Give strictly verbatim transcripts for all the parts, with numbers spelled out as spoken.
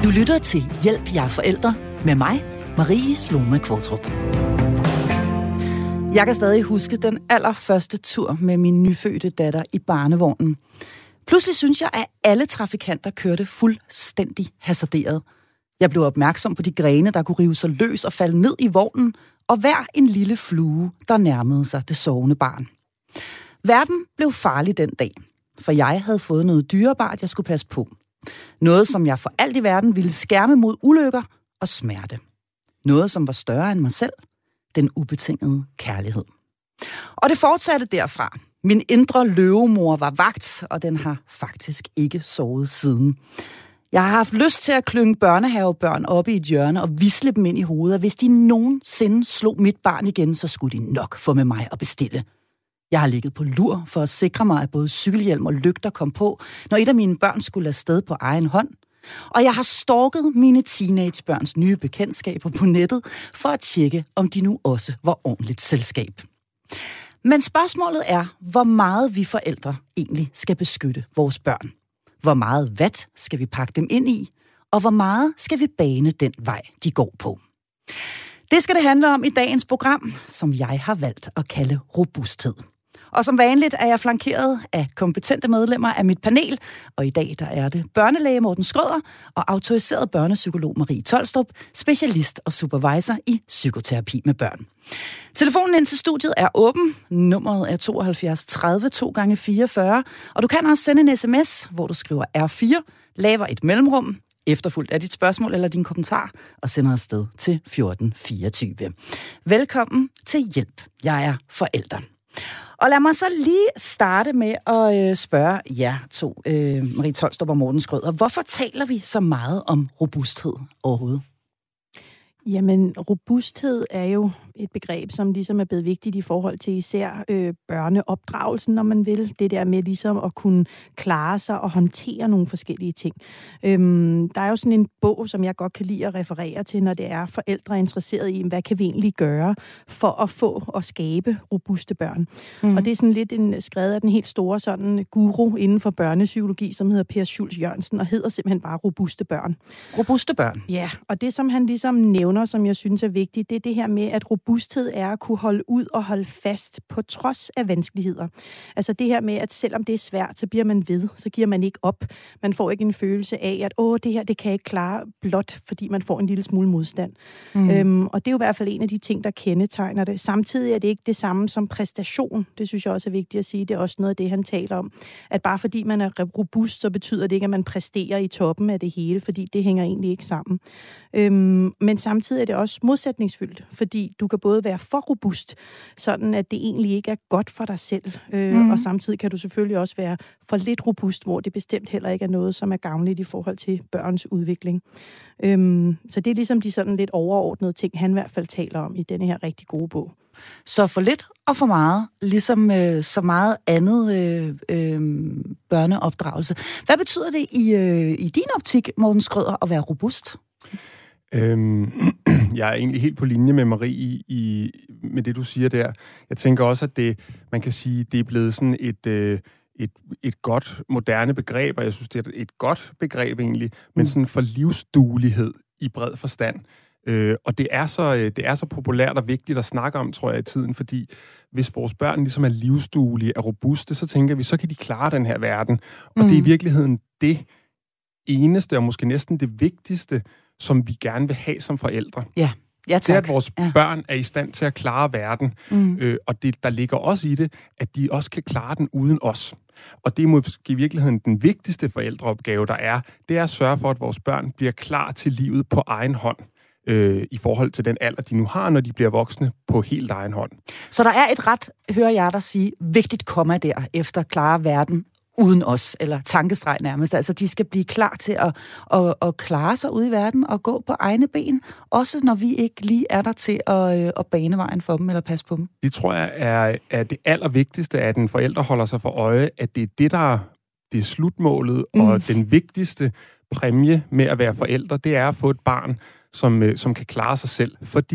Du lytter til Hjælp, jeg er forældre med mig, Marie Sloma Kvartrup. Jeg kan stadig huske den allerførste tur med min nyfødte datter i barnevognen. Pludselig synes jeg, at alle trafikanter kørte fuldstændig hasarderet. Jeg blev opmærksom på de grene, der kunne rive sig løs og falde ned i vognen, og hver en lille flue, der nærmede sig det sovende barn. Verden blev farlig den dag, for jeg havde fået noget dyrebart, jeg skulle passe på. Noget, som jeg for alt i verden ville skærme mod ulykker og smerte. Noget, som var større end mig selv. Den ubetingede kærlighed. Og det fortsatte derfra. Min indre løvemor var vagt, og den har faktisk ikke sovet siden. Jeg har haft lyst til at klynge børnehavebørn op i et hjørne og visle dem ind i hovedet, og hvis de nogensinde slog mit barn igen, så skulle de nok få med mig at bestille. Jeg har ligget på lur for at sikre mig, at både cykelhjelm og lygter kom på, når et af mine børn skulle afsted på egen hånd. Og jeg har stalket mine teenagebørns nye bekendtskaber på nettet for at tjekke, om de nu også var ordentligt selskab. Men spørgsmålet er, hvor meget vi forældre egentlig skal beskytte vores børn. Hvor meget vat skal vi pakke dem ind i, og hvor meget skal vi bane den vej, de går på. Det skal det handle om i dagens program, som jeg har valgt at kalde robusthed. Og som vanligt er jeg flankeret af kompetente medlemmer af mit panel, og i dag der er det børnelæge Morten Schrøder og autoriseret børnepsykolog Marie Tolstrup, specialist og supervisor i psykoterapi med børn. Telefonen ind til studiet er åben. Nummeret er tooghalvfjerds tredive to gange fireogfyrre, og du kan også sende en sms, hvor du skriver R fire, laver et mellemrum, efterfulgt af dit spørgsmål eller din kommentar, og sender afsted til fjorten fireogtyve. Velkommen til Hjælp, jeg er forælder. Og lad mig så lige starte med at øh, spørge jer to, øh, Marie Tolstrup og Morten Schrøder. Hvorfor taler vi så meget om robusthed overhovedet? Jamen, robusthed er jo et begreb, som ligesom er blevet vigtigt i forhold til især øh, børneopdragelsen, når man vil. Det der med ligesom at kunne klare sig og håndtere nogle forskellige ting. Øhm, der er jo sådan en bog, som jeg godt kan lide at referere til, når det er forældre interesseret i, hvad kan vi egentlig gøre for at få og skabe robuste børn. Mm. Og det er sådan lidt en, skrevet af den helt store sådan guru inden for børnepsykologi, som hedder Per Schultz Jørgensen, og hedder simpelthen bare robuste børn. Robuste børn? Ja, og det som han ligesom nævner, som jeg synes er vigtigt, det er det her med, at robusthed er at kunne holde ud og holde fast på trods af vanskeligheder. Altså det her med, at selvom det er svært, så bliver man ved, så giver man ikke op. Man får ikke en følelse af, at åh, det her, det kan jeg ikke klare, blot fordi man får en lille smule modstand. Mm. Øhm, og det er jo i hvert fald en af de ting, der kendetegner det. Samtidig er det ikke det samme som præstation. Det synes jeg også er vigtigt at sige. Det er også noget af det, han taler om. At bare fordi man er robust, så betyder det ikke, at man præsterer i toppen af det hele, fordi det hænger egentlig ikke sammen. Øhm, men samtidig er det også modsætningsfyldt, fordi du kan både være for robust, sådan at det egentlig ikke er godt for dig selv, øh, mm. og samtidig kan du selvfølgelig også være for lidt robust, hvor det bestemt heller ikke er noget, som er gavnligt i forhold til børns udvikling. Øhm, så det er ligesom de sådan lidt overordnede ting, han i hvert fald taler om i denne her rigtig gode bog. Så for lidt og for meget, ligesom øh, så meget andet øh, øh, børneopdragelse. Hvad betyder det i, øh, i din optik, Morten Schrøder, at være robust? Øhm, jeg er egentlig helt på linje med Marie i, i, med det, du siger der. Jeg tænker også, at det, man kan sige, det er blevet sådan et, øh, et, et godt, moderne begreb, og jeg synes, det er et godt begreb egentlig, men mm. sådan for livsduelighed i bred forstand. Øh, og det er, så, det er så populært og vigtigt at snakke om, tror jeg, i tiden, fordi hvis vores børn ligesom er livsduelige, er robuste, så tænker vi, så kan de klare den her verden. Og mm. det er i virkeligheden det eneste, og måske næsten det vigtigste, som vi gerne vil have som forældre. Ja, ja tak. Det er, at vores ja. børn er i stand til at klare verden. Mm. Øh, og det, der ligger også i det, at de også kan klare den uden os. Og det er måske i virkeligheden den vigtigste forældreopgave, der er. Det er at sørge for, at vores børn bliver klar til livet på egen hånd. Øh, i forhold til den alder, de nu har, når de bliver voksne på helt egen hånd. Så der er et ret, hører jeg dig sige, vigtigt komma der, efter klare verden uden os, eller tankestreg nærmest. Altså, de skal blive klar til at, at, at klare sig ude i verden og gå på egne ben, også når vi ikke lige er der til at, at bane vejen for dem, eller passe på dem. Det tror jeg er, er det allervigtigste, at en forælder holder sig for øje, at det er det, der det er slutmålet, mm. og den vigtigste præmie med at være forældre, det er at få et barn, som, som kan klare sig selv. Fordi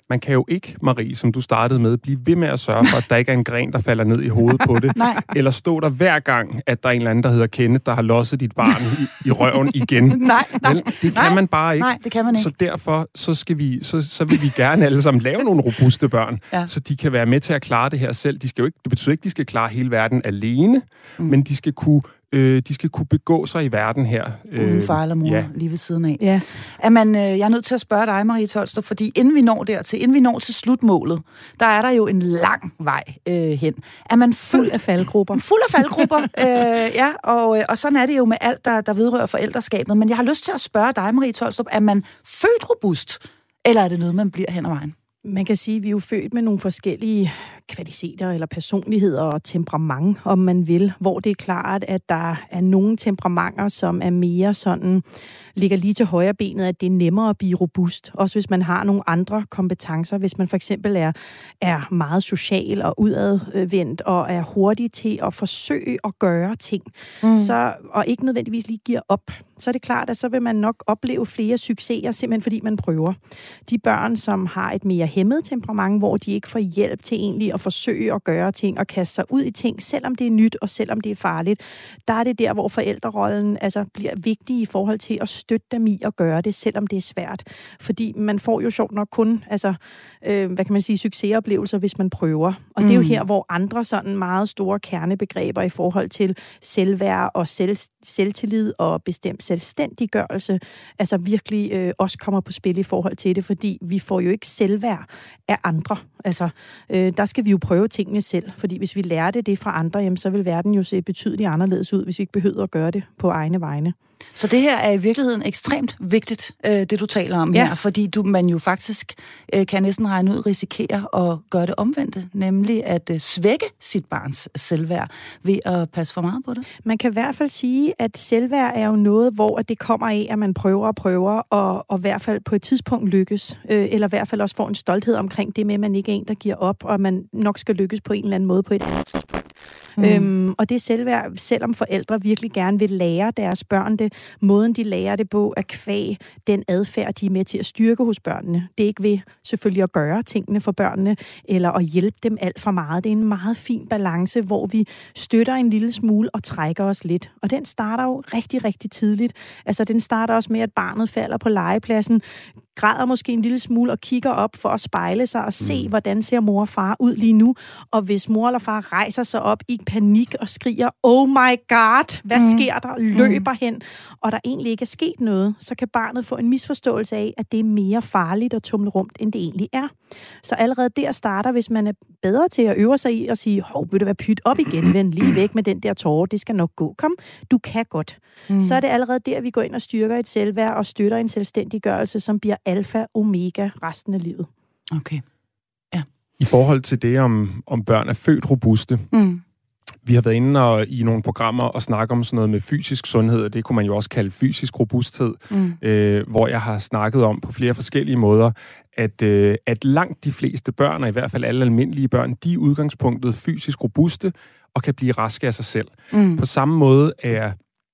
man kan jo ikke, Marie, som du startede med, blive ved med at sørge for, at der ikke er en gren, der falder ned i hovedet på det. Nej. Eller stå der hver gang, at der er en eller anden, der hedder Kenneth, der har losset dit barn i, i røven igen. Nej, nej. Vel, det kan nej, man bare ikke. Nej, det kan man ikke. Så derfor så skal vi, så, så vil vi gerne alle sammen lave nogle robuste børn, ja. så de kan være med til at klare det her selv. De skal jo ikke, det betyder ikke, at de skal klare hele verden alene, mm. men de skal kunne Øh, de skal kunne begå sig i verden her. Uden far eller mor, ja. lige ved siden af. Ja. Er man, øh, jeg er nødt til at spørge dig, Marie Tolstrup, fordi inden vi når dertil, inden vi når til slutmålet, der er der jo en lang vej øh, hen. Er man fuld, fuld af faldgrupper? Fuld af faldgrupper, øh, ja, og, og sådan er det jo med alt, der, der vedrører forældreskabet. Men jeg har lyst til at spørge dig, Marie Tolstrup, er man født robust, eller er det noget, man bliver hen ad vejen? Man kan sige, at vi er jo født med nogle forskellige kvaliteter eller personligheder og temperament, om man vil, hvor det er klart, at der er nogle temperamenter, som er mere sådan, ligger lige til højre benet, at det er nemmere at blive robust. Også hvis man har nogle andre kompetencer. Hvis man for eksempel er, er meget social og udadvendt og er hurtig til at forsøge at gøre ting, mm. så, og ikke nødvendigvis lige giver op, så er det klart, at så vil man nok opleve flere succeser, simpelthen fordi man prøver. De børn, som har et mere hæmmet temperament, hvor de ikke får hjælp til egentlig at forsøge at gøre ting og kaste sig ud i ting, selvom det er nyt og selvom det er farligt, der er det der, hvor forældrerollen altså bliver vigtig i forhold til at støtte dem i at gøre det, selvom det er svært. Fordi man får jo sjovt nok kun, altså, øh, hvad kan man sige, succesoplevelser, hvis man prøver. Og mm. det er jo her, hvor andre sådan meget store kernebegreber i forhold til selvværd og selv, selvtillid og bestemt selvstændiggørelse, altså virkelig øh, også kommer på spil i forhold til det, fordi vi får jo ikke selvværd af andre. Altså, øh, der skal vi jo prøve tingene selv, fordi hvis vi lærte det fra andre, jamen, så vil verden jo se betydeligt anderledes ud, hvis vi ikke behøver at gøre det på egne vegne. Så det her er i virkeligheden ekstremt vigtigt, øh, det du taler om ja. her, fordi du, man jo faktisk øh, kan næsten regne ud risikere at gøre det omvendte, nemlig at øh, svække sit barns selvværd ved at passe for meget på det. Man kan i hvert fald sige, at selvværd er jo noget, hvor det kommer af, at man prøver og prøver, og, og i hvert fald på et tidspunkt lykkes, øh, eller i hvert fald også får en stolthed omkring det med, at man ikke er en, der giver op, og man nok skal lykkes på en eller anden måde på et andet tidspunkt. Mm. Øhm, og det er selvværd, selvom forældre virkelig gerne vil lære deres børn det, måden de lærer det på, at kvæg den adfærd, de er med til at styrke hos børnene. Det er ikke ved selvfølgelig at gøre tingene for børnene, eller at hjælpe dem alt for meget. Det er en meget fin balance, hvor vi støtter en lille smule og trækker os lidt. Og den starter jo rigtig, rigtig tidligt. Altså, den starter også med, at barnet falder på legepladsen, græder måske en lille smule og kigger op for at spejle sig og se, mm. hvordan ser mor og far ud lige nu. Og hvis mor eller far rejser sig op i panik og skriger, oh my god, hvad mm. sker der? Løber mm. hen, og der egentlig ikke er sket noget, så kan barnet få en misforståelse af, at det er mere farligt at tumle rundt, end det egentlig er. Så allerede der starter, hvis man er bedre til at øve sig i at sige, hov, vil du være pyt op igen, vend lige væk med den der tåre, det skal nok gå. Kom, du kan godt. Mm. Så er det allerede der, vi går ind og styrker et selvværd og støtter en selvstændiggørelse, som bliver alfa omega resten af livet. Okay. Ja. I forhold til det, om, om børn er født robuste, mm. vi har været inde og, i nogle programmer og snakke om sådan noget med fysisk sundhed, og det kunne man jo også kalde fysisk robusthed, mm. øh, hvor jeg har snakket om på flere forskellige måder, at, øh, at langt de fleste børn, og i hvert fald alle almindelige børn, de er i udgangspunktet fysisk robuste og kan blive raske af sig selv. Mm. På samme måde er jeg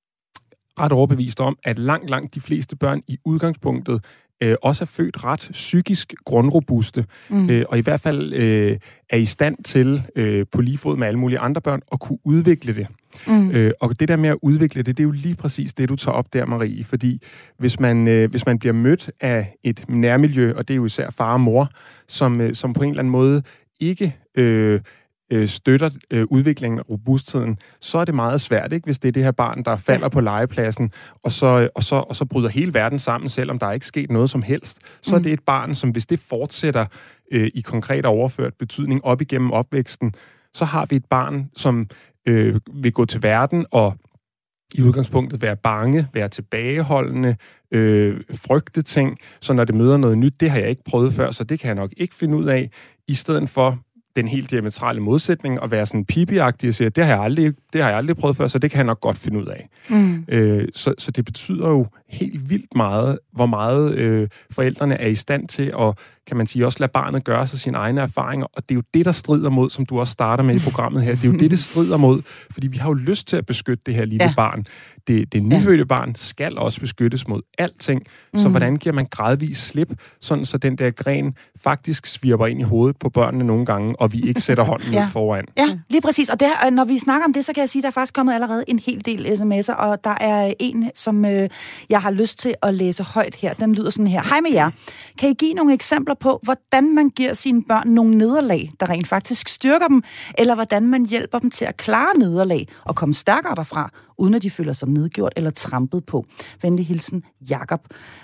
ret overbevist om, at langt, langt de fleste børn i udgangspunktet øh, også er født ret psykisk grundrobuste, mm. øh, og i hvert fald øh, er i stand til, øh, på lige fod med alle mulige andre børn, at kunne udvikle det. Mm. Øh, og det der med at udvikle det, det er jo lige præcis det, du tager op der, Marie, fordi hvis man, øh, hvis man bliver mødt af et nærmiljø, og det er jo især far og mor, som, øh, som på en eller anden måde ikke øh, støtter øh, udviklingen af robustheden, så er det meget svært, ikke? Hvis det er det her barn, der falder på legepladsen, og så, og, så, og så bryder hele verden sammen, selvom der er ikke sket noget som helst. Så mm. er det et barn, som hvis det fortsætter øh, i konkret overført betydning op igennem opvæksten, så har vi et barn, som øh, vil gå til verden og i udgangspunktet være bange, være tilbageholdende, øh, frygte ting, så når det møder noget nyt, det har jeg ikke prøvet før, så det kan jeg nok ikke finde ud af, i stedet for den helt diametrale modsætning at være sådan pipi-agtig og sige, det har jeg aldrig det har jeg aldrig prøvet før, så det kan han nok godt finde ud af. Mm. Øh, så, så det betyder jo helt vildt meget, hvor meget øh, forældrene er i stand til at, kan man sige, også lade barnet gøre sig sine egne erfaringer, og det er jo det, der strider mod, som du også starter med i programmet her, det er jo det, det strider mod, fordi vi har jo lyst til at beskytte det her lille ja. barn. Det, det nyfødte ja. barn skal også beskyttes mod alting, mm. så hvordan giver man gradvist slip, sådan så den der gren faktisk svirper ind i hovedet på børnene nogle gange, og vi ikke sætter hånden ja. ud foran. Ja, lige præcis. Og der, når vi snakker om det, så kan jeg sige, at der er faktisk kommet allerede en hel del sms'er, og der er en, som øh, jeg har lyst til at læse højt her. Den lyder sådan her. Hej med jer. Kan I give nogle eksempler på, hvordan man giver sine børn nogle nederlag, der rent faktisk styrker dem, eller hvordan man hjælper dem til at klare nederlag og komme stærkere derfra, uden at de føler sig nedgjort eller trampet på? Venlig hilsen, Jakob.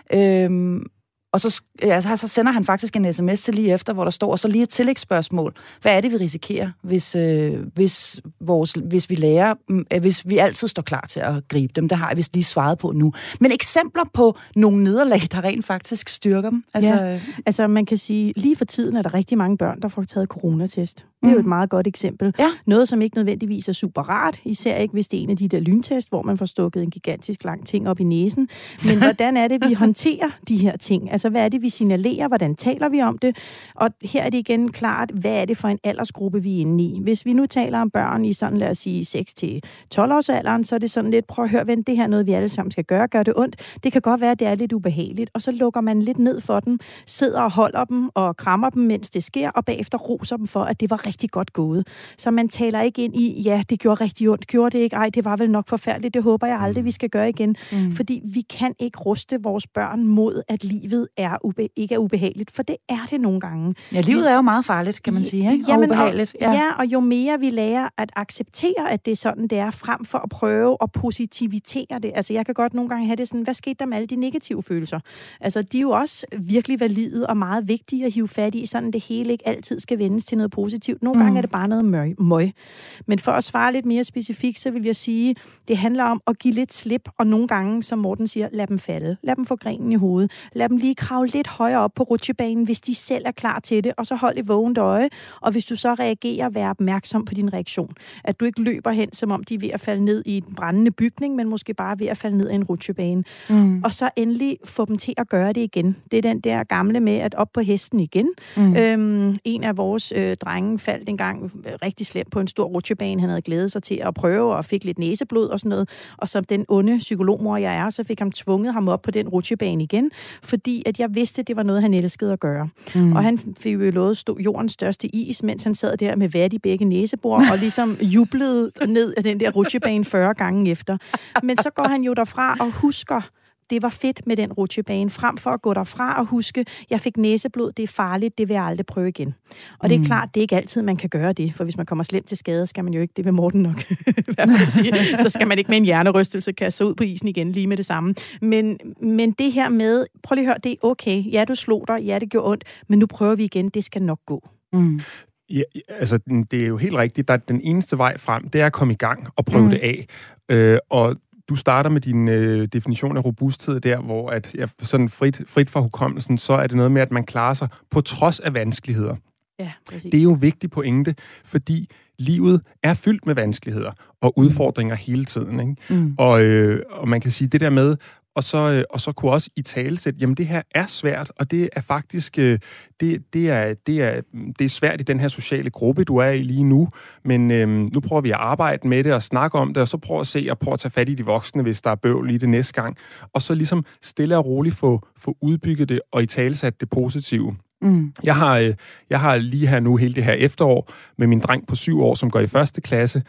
Øhm, og så, altså, så sender han faktisk en sms til lige efter, hvor der står, og så lige et tillægsspørgsmål. Hvad er det, vi risikerer, hvis, øh, hvis, vores, hvis vi lærer, øh, hvis vi altid står klar til at gribe dem? Det har jeg vist lige svaret på nu. Men eksempler på nogle nederlag, der rent faktisk styrker dem? Altså, ja, altså man kan sige, lige for tiden er der rigtig mange børn, der får taget coronatest. Det er mm. jo et meget godt eksempel. Ja. Noget, som ikke nødvendigvis er super rart, især ikke, hvis det er en af de der lyntest, hvor man får stukket en gigantisk lang ting op i næsen. Men hvordan er det, vi håndterer de her ting? Altså, hvad er det, vi signalerer? Hvordan taler vi om det? Og her er det igen klart, hvad er det for en aldersgruppe, vi er inde i? Hvis vi nu taler om børn i sådan, lad os sige, seks til tolv års alderen, så er det sådan lidt, prøv at høre, ven, det her er noget, vi alle sammen skal gøre. Gør det ondt? Det kan godt være, at det er lidt ubehageligt. Og så lukker man lidt ned for dem, sidder og holder dem og krammer dem, mens det sker, og bagefter roser dem for, at det var rigtig godt gået. Så man taler ikke ind i, ja, det gjorde rigtig ondt. Gjorde det ikke? Ej, det var vel nok forfærdeligt. Det håber jeg aldrig, vi skal gøre igen. Mm. Fordi vi kan ikke ruste vores børn mod, at livet er ube- ikke er ubehageligt. For det er det nogle gange. Ja, livet er jo meget farligt, kan man sige, ikke? Og Jamen, ubehageligt. Ja. ja, og jo mere vi lærer at acceptere, at det er sådan, det er, frem for at prøve at positivitere det. Altså, jeg kan godt nogle gange have det sådan, hvad skete der med alle de negative følelser? Altså, de er jo også virkelig valide og meget vigtige at hive fat i, sådan det hele ikke altid skal vendes til noget positivt. Nogle mm. gange er det bare noget møg, møg. Men for at svare lidt mere specifikt, så vil jeg sige, det handler om at give lidt slip, og nogle gange, som Morten siger, lad dem falde. Lad dem få grenen i hovedet. Lad dem lige kravle lidt højere op på rutsjebanen, hvis de selv er klar til det, og så hold et vågent øje. Og hvis du så reagerer, vær opmærksom på din reaktion. At du ikke løber hen, som om de er ved at falde ned i en brændende bygning, men måske bare ved at falde ned i en rutsjebane. Mm. Og så endelig få dem til at gøre det igen. Det er den der gamle med at op på hesten igen. Mm. Øhm, en af vores øh, drenge faldt engang rigtig slemt på en stor rutsjebane. Han havde glædet sig til at prøve og fik lidt næseblod og sådan noget. Og som den onde psykologmor, jeg er, så fik han tvunget ham op på den rutsjebane igen, fordi at jeg vidste, at det var noget, han elskede at gøre. Mm. Og han fik jo lovet jordens største is, mens han sad der med vat i begge næsebor og ligesom jublede ned af den der rutsjebane fyrre gange efter. Men så går han jo derfra og husker, det var fedt med den rutsjebane, frem for at gå derfra og huske, jeg fik næseblod, det er farligt, det vil jeg aldrig prøve igen. Og det er mm. klart, det er ikke altid, man kan gøre det, for hvis man kommer slemt til skade, skal man jo ikke, det vil Morten nok sige, så skal man ikke med en hjernerystelse kaste sig ud på isen igen lige med det samme. Men, men det her med, prøv lige at høre, det er okay, ja, du slog dig, ja, det gjorde ondt, men nu prøver vi igen, det skal nok gå. Mm. Ja, altså, det er jo helt rigtigt, at den eneste vej frem, det er at komme i gang og prøve mm. det af. Øh, og du starter med din øh, definition af robusthed der, hvor at, ja, sådan frit, frit fra hukommelsen, så er det noget med, at man klarer sig på trods af vanskeligheder. Ja, præcis. Det er jo en vigtig pointe, fordi livet er fyldt med vanskeligheder og udfordringer mm. hele tiden. Ikke? Mm. Og, øh, og man kan sige det der med, og så, og så kunne også i talesæt, jamen det her er svært, og det er faktisk, det, det, er, det, er, det er svært i den her sociale gruppe, du er i lige nu, men øhm, nu prøver vi at arbejde med det og snakke om det, og så prøve at se og prøve at tage fat i de voksne, hvis der er bøvl i det næste gang, og så ligesom stille og roligt få, få udbygget det og i talesat det positive. Mm. Jeg har, jeg har lige her nu hele det her efterår med min dreng på syv år, som går i første klasse,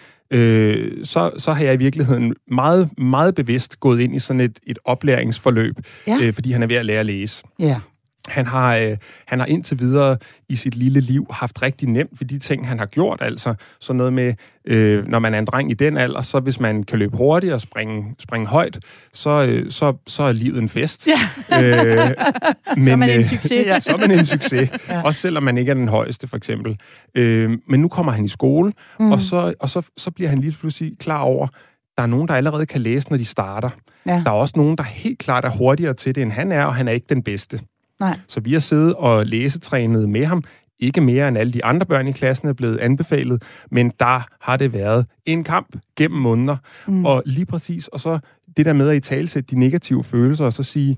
øh, så, så har jeg i virkeligheden meget, meget bevidst gået ind i sådan et, et oplæringsforløb, ja. øh, fordi han er ved at lære at læse. Ja. Han har, øh, han har indtil videre i sit lille liv haft rigtig nemt ved de ting, han har gjort. Altså sådan noget med, øh, når man er en dreng i den alder, så hvis man kan løbe hurtigt og springe, springe højt, så, øh, så, så er livet en fest. Ja. Øh, men, så er man en succes. Øh, så er man en succes. Ja. Også selvom man ikke er den højeste, for eksempel. Øh, men nu kommer han i skole, mm. og, så, og så, så bliver han lige pludselig klar over, der er nogen, der allerede kan læse, når de starter. Ja. Der er også nogen, der helt klart er hurtigere til det, end han er, og han er ikke den bedste. Nej. Så vi har siddet og læsetrænet med ham ikke mere end alle de andre børn i klassen er blevet anbefalet, men der har det været en kamp gennem måneder. Mm. Og lige præcis, og så det der med at italesætte de negative følelser, og så sige,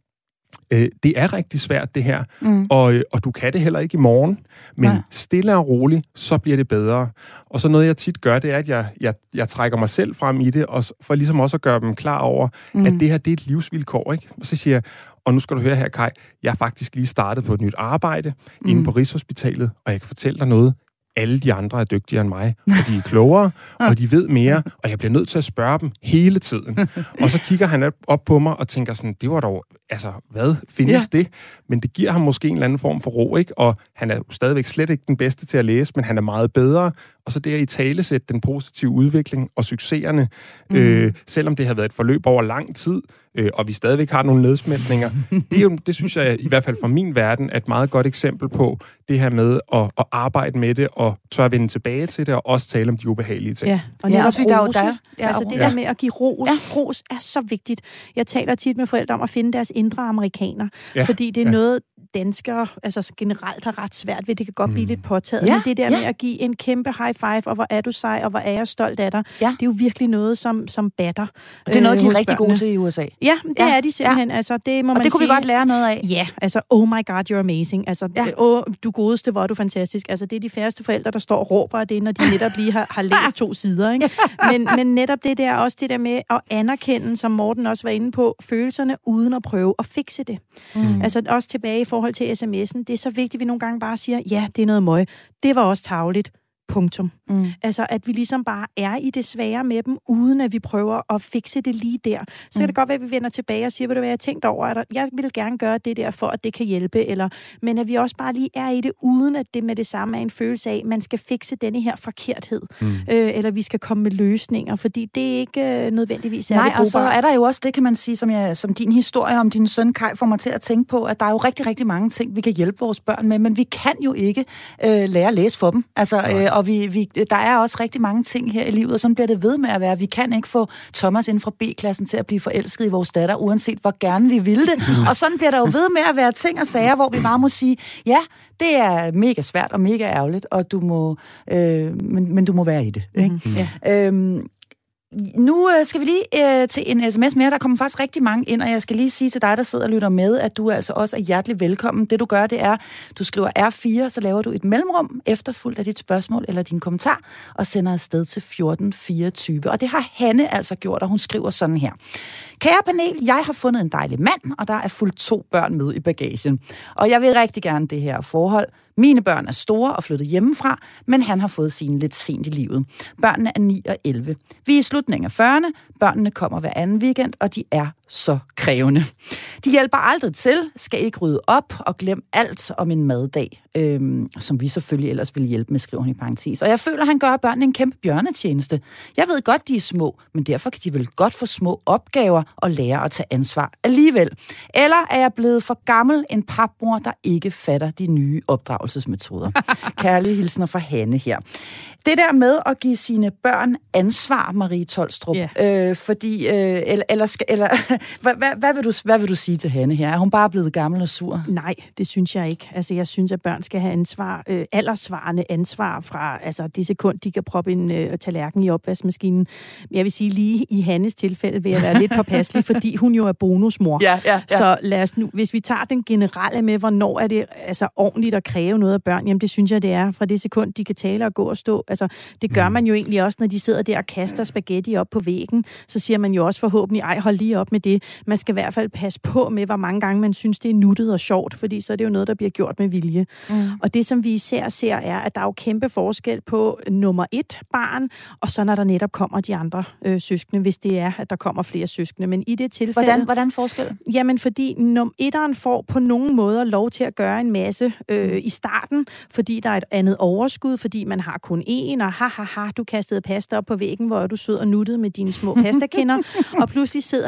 øh, det er rigtig svært det her, mm. og, og du kan det heller ikke i morgen, men Nej. stille og roligt, så bliver det bedre. Og så noget, jeg tit gør, det er, at jeg, jeg, jeg trækker mig selv frem i det, og for ligesom også at gøre dem klar over, mm. at det her, det er et livsvilkår, ikke? Og så siger jeg, og nu skal du høre her, Kai, jeg har faktisk lige startet på et nyt arbejde mm. inde på Rigshospitalet, og jeg kan fortælle dig noget. Alle de andre er dygtigere end mig, og de er klogere, og de ved mere, og jeg bliver nødt til at spørge dem hele tiden. Og så kigger han op på mig og tænker sådan, det var dog, altså, hvad findes ja. det? Men det giver ham måske en eller anden form for ro, ikke? Og han er stadigvæk slet ikke den bedste til at læse, men han er meget bedre. Og så det at italesætte den positive udvikling og succeserne, mm. øh, selvom det har været et forløb over lang tid, øh, og vi stadigvæk har nogle nedsmeltninger. Det, er jo, det synes jeg, i hvert fald fra min verden, er et meget godt eksempel på det her med at, at arbejde med det, og tør at vende tilbage til det, og også tale om de ubehagelige ting. Ja, og ja, også, der er jo der. Ja, altså det ja. der med at give ros. Ja. Ros er så vigtigt. Jeg taler tit med forældre om at finde deres indre amerikaner, ja. fordi det er ja. noget, danskere altså generelt har ret svært ved. Det kan godt blive mm. lidt påtaget. Ja, men det der ja. med at give en kæmpe high five, og hvor er du sej, og hvor er jeg stolt af dig, ja. det er jo virkelig noget, som, som batter. Og det er noget, øh, de er rigtig gode til i U S A. Ja, det ja. er de simpelthen. Ja. Altså, det må og man det kunne sige. vi godt lære noget af. Ja, altså, oh my god, you're amazing. Altså, ja. oh, du godeste, hvor er du fantastisk. Altså, det er de færreste forældre, der står og råber det, når de netop lige har, har læst to sider. Ikke? Men, men netop det der, også det der med at anerkende, som Morten også var inde på, følelserne uden at prøve at fikse det. Mm. Altså, også tilbage i forhold til sms'en. Det er så vigtigt, at vi nogle gange bare siger, ja, det er noget møg. Det var også tarveligt. Punktum. Mm. Altså, at vi ligesom bare er i det svære med dem, uden at vi prøver at fikse det lige der. Så mm. kan det godt være, at vi vender tilbage og siger, ved du hvad, jeg har tænkt over, at jeg vil gerne gøre det der, for at det kan hjælpe, eller, men at vi også bare lige er i det, uden at det med det samme er en følelse af, at man skal fikse denne her forkerthed, mm. øh, eller vi skal komme med løsninger, fordi det er ikke øh, nødvendigvis særlig Nej, og så er der jo også, det kan man sige, som, jeg, som din historie om din søn Kai får mig til at tænke på, at der er jo rigtig, rigtig mange ting, vi kan hjælpe vores børn med, men vi kan jo ikke øh, lære at læse for dem. Altså, øh, og vi, vi, der er også rigtig mange ting her i livet, og sådan bliver det ved med at være. Vi kan ikke få Thomas inden fra B-klassen til at blive forelsket i vores datter, uanset hvor gerne vi vil det. Og sådan bliver der jo ved med at være ting og sager, hvor vi bare må sige, ja, det er mega svært og mega ærgerligt, og du må, øh, men, men du må være i det. Ikke? Mm-hmm. Ja. Øhm, Nu skal vi lige øh, til en sms mere. Der kommer faktisk rigtig mange ind, og jeg skal lige sige til dig, der sidder og lytter med, at du altså også er hjertelig velkommen. Det du gør, det er, du skriver R fire, så laver du et mellemrum, efterfulgt af dit spørgsmål eller din kommentar, og sender afsted til fjorten fireogtyve. Og det har Hanne altså gjort, og hun skriver sådan her. Kære panel, jeg har fundet en dejlig mand, og der er fuldt to børn med i bagagen. Og jeg vil rigtig gerne det her forhold. Mine børn er store og flyttet hjemmefra, men han har fået sine lidt sent i livet. Børnene er ni og elleve. Vi er i slutningen af fyrrerne. Børnene kommer hver anden weekend, og de er så krævende. De hjælper aldrig til, skal ikke rydde op og glem alt om en maddag, øhm, som vi selvfølgelig ellers ville hjælpe med, skriver hun i parentes. Og jeg føler, at han gør børnene en kæmpe bjørnetjeneste. Jeg ved godt, de er små, men derfor kan de vel godt få små opgaver og lære at tage ansvar alligevel. Eller er jeg blevet for gammel en papmor, der ikke fatter de nye opdragelsesmetoder? Kærlige hilsner fra Hanne her. Det der med at give sine børn ansvar, Marie Tolstrup, yeah. øh, fordi, øh, eller, eller, eller hvad, hvad, hvad, vil du, hvad vil du sige til Hanne her? Er hun bare blevet gammel og sur? Nej, det synes jeg ikke. Altså, jeg synes, at børn skal have ansvar, øh, aldersvarende ansvar fra, altså, det sekund, de kan proppe en øh, tallerken i opvaskemaskinen. Jeg vil sige, lige i Hannes tilfælde vil jeg være lidt påpasselig, fordi hun jo er bonusmor. Ja, ja, ja. Så lad os nu, hvis vi tager den generelle med, hvornår er det altså ordentligt at kræve noget af børn, jamen det synes jeg, det er fra det sekund, de kan tale og gå og stå. Altså, det gør man jo egentlig også, når de sidder der og kaster spaghetti op på væggen. Så siger man jo også forhåbentlig, ej, hold lige op med det. Man skal i hvert fald passe på med, hvor mange gange man synes, det er nuttet og sjovt, fordi så er det jo noget, der bliver gjort med vilje. Mm. Og det, som vi især ser, er, at der er jo kæmpe forskel på nummer et barn, og så når der netop kommer de andre øh, søskende, hvis det er, at der kommer flere søskende. Men i det tilfælde... Hvordan, hvordan forskel? Jamen, fordi nummer etteren får på nogen måder lov til at gøre en masse øh, i starten, fordi der er et andet overskud, fordi man har kun én, og ha, ha, ha, du kastede pasta op på væggen, hvor du sød og nuttede med dine små pastakinder, og pludselig sidder der en anden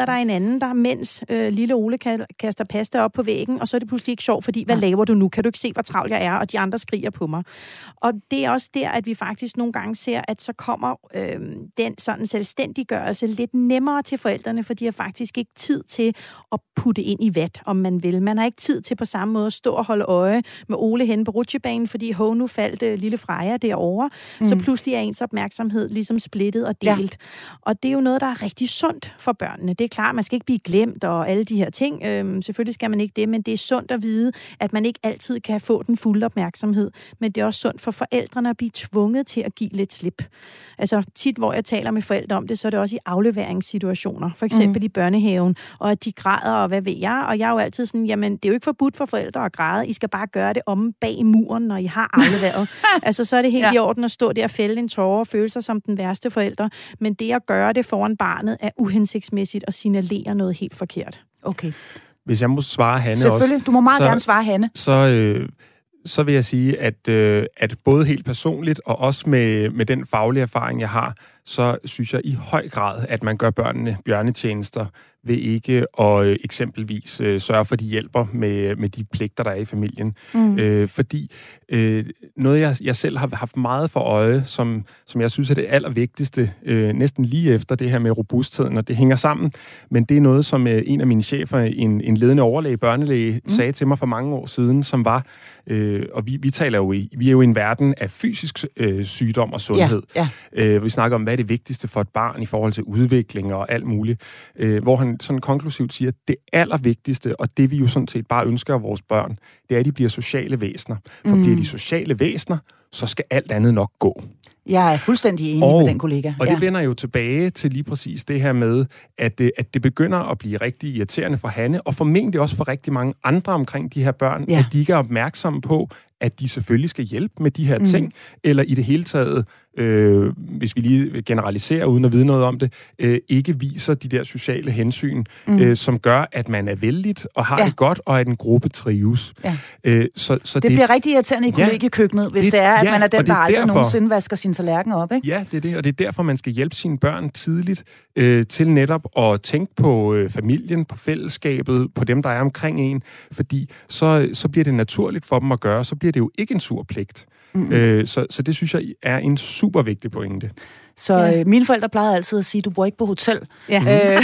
blande dig, mens øh, lille Ole kaster pasta op på væggen, og så er det pludselig ikke sjovt, fordi hvad laver du nu? Kan du ikke se, hvor travlt jeg er, og de andre skriger på mig? Og det er også der, at vi faktisk nogle gange ser, at så kommer øh, den sådan selvstændiggørelse lidt nemmere til forældrene, for de har faktisk ikke tid til at putte ind i vat, om man vil. Man har ikke tid til på samme måde at stå og holde øje med Ole hen på rutsjebanen, fordi hov, nu faldt øh, lille Freja derovre. Mm. Så pludselig er ens opmærksomhed ligesom splittet og delt. Ja. Og det er jo noget, der er rigtig sundt for børnene. Det er klart, man skal ikke blive glemt og alle de her ting. Øhm, selvfølgelig skal man ikke det, men det er sundt at vide, at man ikke altid kan få den fulde opmærksomhed. Men det er også sundt for forældrene at blive tvunget til at give lidt slip. Altså tit, hvor jeg taler med forældre om det, så er det også i afleveringssituationer. For eksempel mm. i børnehaven, og at de græder, og hvad ved jeg. Og jeg er jo altid sådan, jamen det er jo ikke forbudt for forældre at græde. I skal bare gøre det om bag muren, når I har afleveret. Altså så er det helt ja. i orden at stå der og fælde en tårer og føle sig som den værste forælder. Men det at gøre det foran barnet er uhensigtsmæssigt og signalerer noget helt forkert. Okay. Hvis jeg må svare Hanne også... Selvfølgelig, du må meget så, gerne svare Hanne. Så, øh, så vil jeg sige, at, øh, at både helt personligt og også med, med den faglige erfaring, jeg har, så synes jeg i høj grad, at man gør børnene bjørnetjenester ved ikke at øh, eksempelvis øh, sørge for, at de hjælper med, med de pligter, der er i familien. Mm. Øh, fordi øh, noget, jeg, jeg selv har haft meget for øje, som, som jeg synes er det allervigtigste, øh, næsten lige efter det her med robustheden, og det hænger sammen, men det er noget, som øh, en af mine chefer, en, en ledende overlæge, børnelæge, mm. sagde til mig for mange år siden, som var, øh, og vi, vi taler jo i, vi er jo i en verden af fysisk øh, sygdom og sundhed. Ja, ja. Øh, vi snakker om, hvad er det vigtigste for et barn i forhold til udvikling og alt muligt, øh, hvor han sådan konklusivt siger, at det allervigtigste, og det vi jo sådan set bare ønsker af vores børn, det er, at de bliver sociale væsener. For mm. bliver de sociale væsener, så skal alt andet nok gå. Jeg er fuldstændig enig og, med den kollega. Og det ja. vender jo tilbage til lige præcis det her med, at det, at det begynder at blive rigtig irriterende for Hanne, og formentlig også for rigtig mange andre omkring de her børn, ja. at de ikke er opmærksomme på, at de selvfølgelig skal hjælpe med de her mm. ting, eller i det hele taget, øh, hvis vi lige generaliserer uden at vide noget om det, øh, ikke viser de der sociale hensyn, mm. øh, som gør, at man er vældigt og har ja. det godt, og at en gruppe trives. Ja. Øh, så, så det, det bliver rigtig irriterende i kollegiekøkkenet, hvis det, det er, at ja, man er den, der aldrig derfor, nogensinde vasker sin tallerken op, ikke? Ja, det er det, og det er derfor, man skal hjælpe sine børn tidligt øh, til netop at tænke på øh, familien, på fællesskabet, på dem, der er omkring en, fordi så, så bliver det naturligt for dem at gøre, så bliver det jo ikke en sur pligt. Mm-hmm. Øh, så, så det synes jeg er en super vigtig pointe. Så ja. øh, mine forældre plejede altid at sige, at du bor ikke på hotel. Ja. Øh,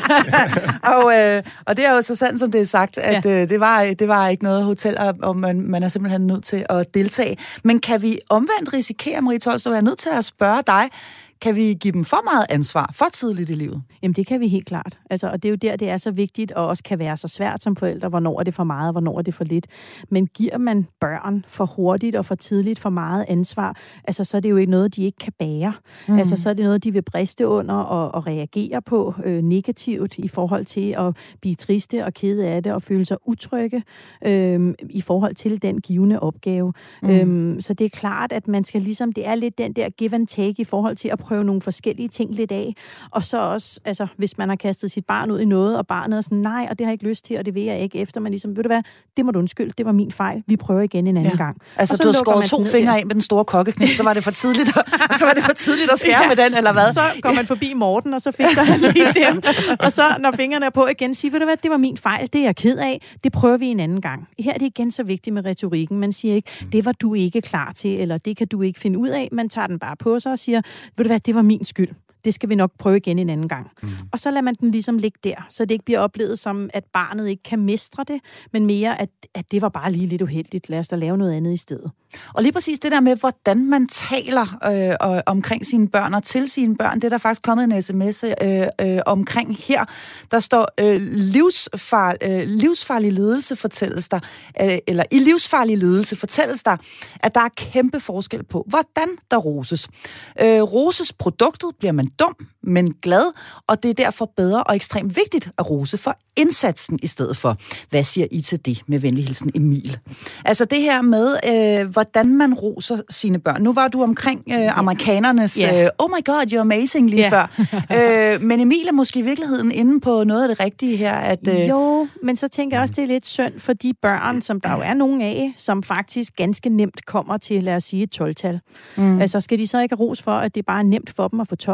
og, øh, og det er jo så sandt, som det er sagt, at ja. øh, det, var, det var ikke noget hotel, og, og man, man er simpelthen nødt til at deltage. Men kan vi omvendt risikere, Marie Tolstrup, være nødt til at spørge dig, kan vi give dem for meget ansvar for tidligt i livet? Jamen, det kan vi helt klart. Altså, og det er jo der, det er så vigtigt, og også kan være så svært som forældre, hvornår er det for meget, og hvornår er det for lidt. Men giver man børn for hurtigt og for tidligt for meget ansvar, altså, så er det jo ikke noget, de ikke kan bære. Mm. Altså, så er det noget, de vil briste under og, og reagere på øh, negativt i forhold til at blive triste og kede af det, og føle sig utrygge øh, i forhold til den givende opgave. Mm. Øhm, så det er klart, at man skal ligesom, det er lidt den der give and take i forhold til at prøve nogle forskellige ting lidt af. Og så også, altså, hvis man har kastet sit barn ud i noget, og barnet er sådan, nej, og det har jeg ikke lyst til, og det vil jeg ikke, efter man ligesom, ved du hvad, det må du undskylde, det var min fejl, vi prøver igen en anden ja. gang. Altså, du har skåret to fingre der. Af med den store kokkekniv, så var det for tidligt, så var det for tidligt at skære ja. med den, eller hvad? Så går man forbi Morten, og så fikser han lige dem. Og så, når fingrene er på igen, siger, ved du hvad, det var min fejl, det er jeg ked af, det prøver vi en anden gang. Her er det igen så vigtigt med retorikken. Man siger ikke, det var du ikke klar til, eller det kan du ikke finde ud af. Man tager den bare på sig og siger, ved du hvad, det var min skyld. Det skal vi nok prøve igen en anden gang. Mm. Og så lader man den ligesom ligge der, så det ikke bliver oplevet som, at barnet ikke kan mestre det, men mere, at, at det var bare lige lidt uheldigt. Lad os da lave noget andet i stedet. Og lige præcis det der med, hvordan man taler øh, omkring sine børn og til sine børn, det er der faktisk kommet en sms øh, øh, omkring her. Der står, øh, livsfar, øh, livsfarlig ledelse fortælles der, øh, eller i livsfarlig ledelse fortælles der, at der er kæmpe forskel på, hvordan der roses. Øh, roses produktet bliver man dum, men glad, og det er derfor bedre og ekstremt vigtigt at rose for indsatsen i stedet for. Hvad siger I til det? Med venlig hilsen Emil. Altså det her med, øh, hvordan man roser sine børn. Nu var du omkring øh, amerikanernes yeah. øh, oh my god, you're amazing lige yeah. før. øh, men Emil er måske i virkeligheden inde på noget af det rigtige her. At, øh... Jo, men så tænker jeg også, det er lidt synd for de børn, som der jo er nogen af, som faktisk ganske nemt kommer til, lad os sige, et tolv-tal. Mm. Altså skal de så ikke ros for, at det bare er nemt for dem at få tolv?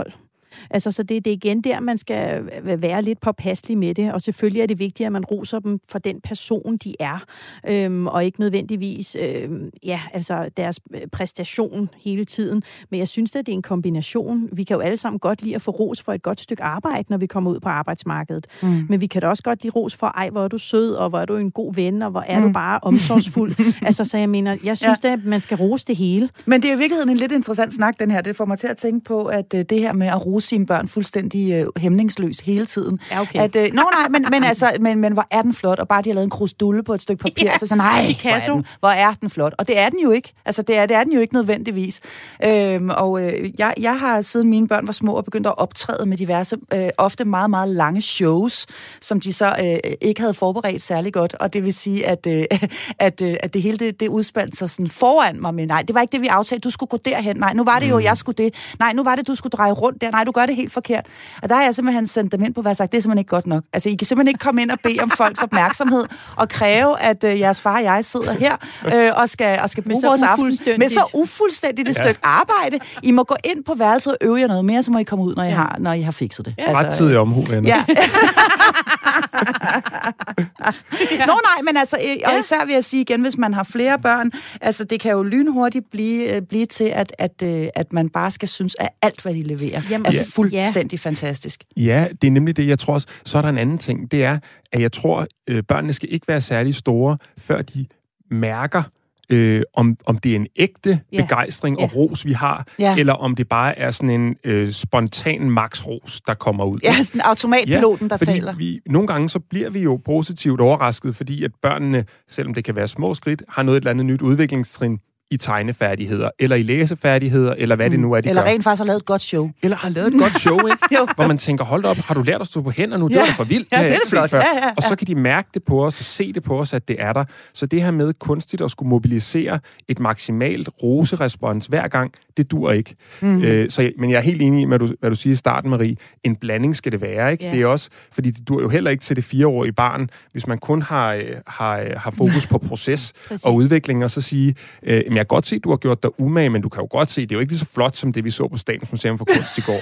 Altså, så det, det er igen der, man skal være lidt påpasselig med det, og selvfølgelig er det vigtigt, at man roser dem for den person, de er, øhm, og ikke nødvendigvis øhm, ja, altså deres præstation hele tiden. Men jeg synes, at det er en kombination. Vi kan jo alle sammen godt lide at få ros for et godt stykke arbejde, når vi kommer ud på arbejdsmarkedet. Mm. Men vi kan da også godt lide ros for, ej, hvor er du sød, og hvor er du en god ven, og hvor er mm. du bare omsorgsfuld. Altså, så jeg mener, jeg synes ja. at man skal rose det hele. Men det er i virkeligheden en lidt interessant snak, den her. Det får mig til at tænke på, at det her med at rose sine børn fuldstændig øh, hæmningsløst hele tiden. Ja, okay. At, øh, nå, nej, men, men, altså, men, men hvor er den flot, og bare de har lavet en krusdulle på et stykke papir, ja, så sådan, nej, hvor er, den, hvor er den flot. Og det er den jo ikke. Altså, det er, det er den jo ikke nødvendigvis. Øhm, og øh, jeg, jeg har, siden mine børn var små, og begyndt at optræde med diverse, øh, ofte meget, meget lange shows, som de så øh, ikke havde forberedt særlig godt. Og det vil sige, at, øh, at, øh, at det hele, det, det udspandt sig sådan foran mig, men nej, det var ikke det, vi aftalte. Du skulle gå derhen. Nej, nu var det jo, jeg skulle det. Nej, nu var det, du skulle dreje rundt der. Nej, du gør det helt forkert. Og der har jeg simpelthen sendt dem ind på, hvad jeg sagt, det er simpelthen ikke godt nok. Altså, I kan simpelthen ikke komme ind og bede om folks opmærksomhed og kræve, at øh, jeres far og jeg sidder her øh, og, skal, og skal bruge vores aften med så ufuldstændigt et ja. stykke arbejde. I må gå ind på værelset og øve jer noget mere, så må I komme ud, når I har, når I har fikset det. Ja. Altså, ret tid i omhu, venner. Ja. Nå nej, men altså, og især vil jeg sige igen, hvis man har flere børn, altså det kan jo lynhurtigt blive, blive til, at, at, at man bare skal synes, at alt, hvad de leverer, Jamen, er ja. fuldstændig ja. fantastisk. Ja, det er nemlig det, jeg tror også. Så er der en anden ting, det er, at jeg tror, at børnene skal ikke være særlig store, før de mærker, Øh, om, om det er en ægte yeah. begejstring og yeah. ros, vi har, yeah. eller om det bare er sådan en øh, spontan max-ros, der kommer ud. Ja, sådan automatpiloten, ja, der fordi taler. Vi, nogle gange så bliver vi jo positivt overrasket, fordi at børnene, selvom det kan være små skridt, har noget et eller andet nyt udviklingstrin i tegnefærdigheder, eller i læsefærdigheder, eller hvad mm. det nu er, de Eller gør. rent faktisk har lavet et godt show. Eller har lavet et godt show, ikke? Hvor man tænker, hold op, har du lært at stå på hænder nu? Ja. Det var da for vildt. Ja, det er det flot. Ja, ja, ja. Og så kan de mærke det på os, og se det på os, at det er der. Så det her med kunstigt at skulle mobilisere et maksimalt roserespons hver gang, det dur ikke. Mm. Øh, så, men jeg er helt enig i, hvad du, hvad du siger i starten, Marie. En blanding skal det være, ikke? Yeah. Det er også, fordi det dur jo heller ikke til det fireårige barn, hvis man kun har, har, har fokus på proces og udvikling, og så sige, øh, jeg kan godt se, at du har gjort dig umage, men du kan jo godt se, det er jo ikke lige så flot, som det, vi så på Statens Museum for Kunst i går.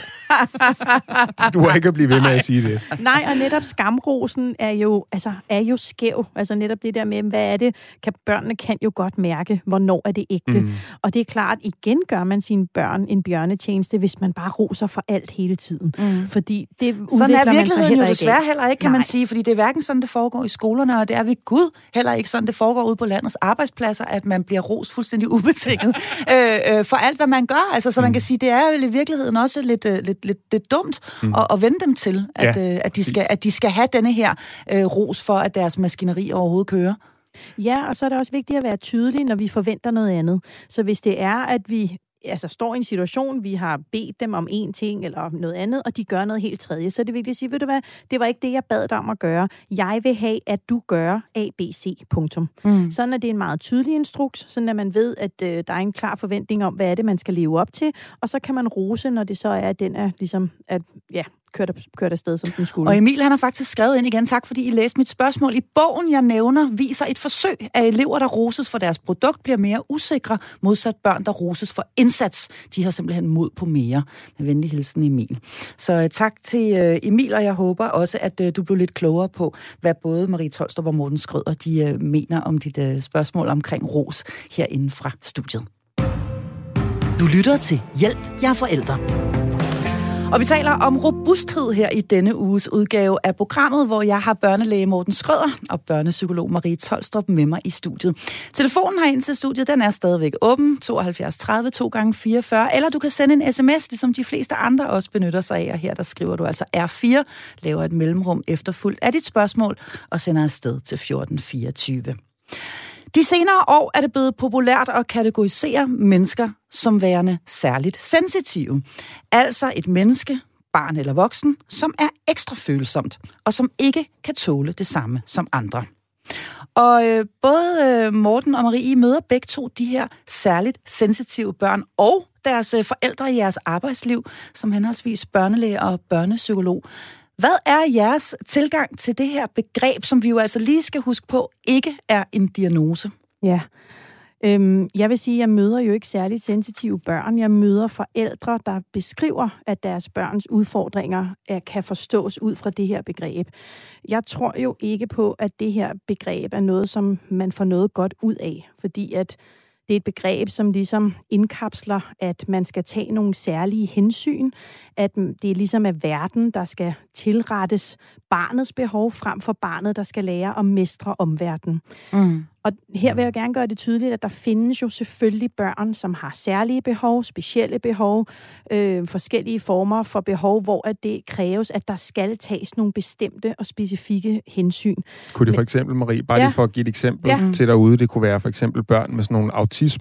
Du har ikke at blive ved med at sige det. Nej, og netop skamrosen er jo, altså, er jo skæv. Altså netop det der med, hvad er det? Kan, børnene kan jo godt mærke, hvornår er det ægte. Mm. Og det er klart, igen gør man sine børn en bjørnetjeneste, hvis man bare roser for alt hele tiden. Mm. Fordi det udvikler sådan er man virkeligheden jo desværre heller ikke, kan Nej. man sige, fordi det er hverken sådan, det foregår i skolerne, og det er ved Gud heller ikke sådan, det foregår ude på landets arbejdspladser, at man bliver rost fuldstændig ubetinget øh, øh, for alt, hvad man gør. Altså, så man kan sige, det er jo i virkeligheden også lidt, øh, lidt, lidt, lidt dumt mm. at, at vende dem til, at, ja, øh, at, de skal, at de skal have denne her øh, ros for, at deres maskineri overhovedet kører. Ja, og så er det også vigtigt at være tydelig, når vi forventer noget andet. Så hvis det er, at vi altså står i en situation, vi har bedt dem om en ting eller noget andet, og de gør noget helt tredje, så er det vigtigt at sige, ved du hvad, det var ikke det, jeg bad dig om at gøre. Jeg vil have, at du gør A, B, C, punktum. Mm. Sådan er det en meget tydelig instruks, sådan at man ved, at øh, der er en klar forventning om, hvad er det, man skal leve op til, og så kan man rose, når det så er, at den er ligesom, at ja, kørt, kørt afsted, som den skulle. Og Emil, han har faktisk skrevet ind igen. Tak, fordi I læste mit spørgsmål. I bogen, jeg nævner, viser et forsøg, at elever, der roses for deres produkt, bliver mere usikre, modsat børn, der roses for indsats. De har simpelthen mod på mere. Med venlig hilsen, Emil. Så uh, tak til uh, Emil, og jeg håber også, at uh, du blev lidt klogere på, hvad både Marie Tolstrup og Morten Schrøder, de uh, mener om dit uh, spørgsmål omkring ros herinde fra studiet. Du lytter til Hjælp, jeg er forældre. Og vi taler om robusthed her i denne uges udgave af programmet, hvor jeg har børnelæge Morten Schrøder og børnepsykolog Marie Tolstrup med mig i studiet. Telefonen herinde til studiet, den er stadigvæk åben, tooghalvfjerds tredive to gange fireogfyrre, eller du kan sende en sms, ligesom de fleste andre også benytter sig af, og her der skriver du altså R fire, laver et mellemrum efterfulgt af dit spørgsmål og sender afsted til fjorten fireogtyve. De senere år er det blevet populært at kategorisere mennesker som værende særligt sensitive. Altså et menneske, barn eller voksen, som er ekstra følsomt, og som ikke kan tåle det samme som andre. Og øh, både øh, Morten og Marie møder begge to de her særligt sensitive børn og deres øh, forældre i jeres arbejdsliv, som henholdsvis børnelæge og børnepsykolog. Hvad er jeres tilgang til det her begreb, som vi jo altså lige skal huske på, ikke er en diagnose? Ja, Øhm, jeg vil sige, at jeg møder jo ikke særligt sensitive børn. Jeg møder forældre, der beskriver, at deres børns udfordringer er, kan forstås ud fra det her begreb. Jeg tror jo ikke på, at det her begreb er noget, som man får noget godt ud af, fordi at det er et begreb, som ligesom indkapsler, at man skal tage nogle særlige hensyn, at det er ligesom er verden, der skal tilrettes barnets behov, frem for barnet, der skal lære at mestre omverdenen. Mm. Og her vil jeg gerne gøre det tydeligt, at der findes jo selvfølgelig børn, som har særlige behov, specielle behov, øh, forskellige former for behov, hvor at det kræves, at der skal tages nogle bestemte og specifikke hensyn. Kunne det for eksempel, Marie, bare ja. lige for at give et eksempel ja. til derude, det kunne være for eksempel børn med sådan nogle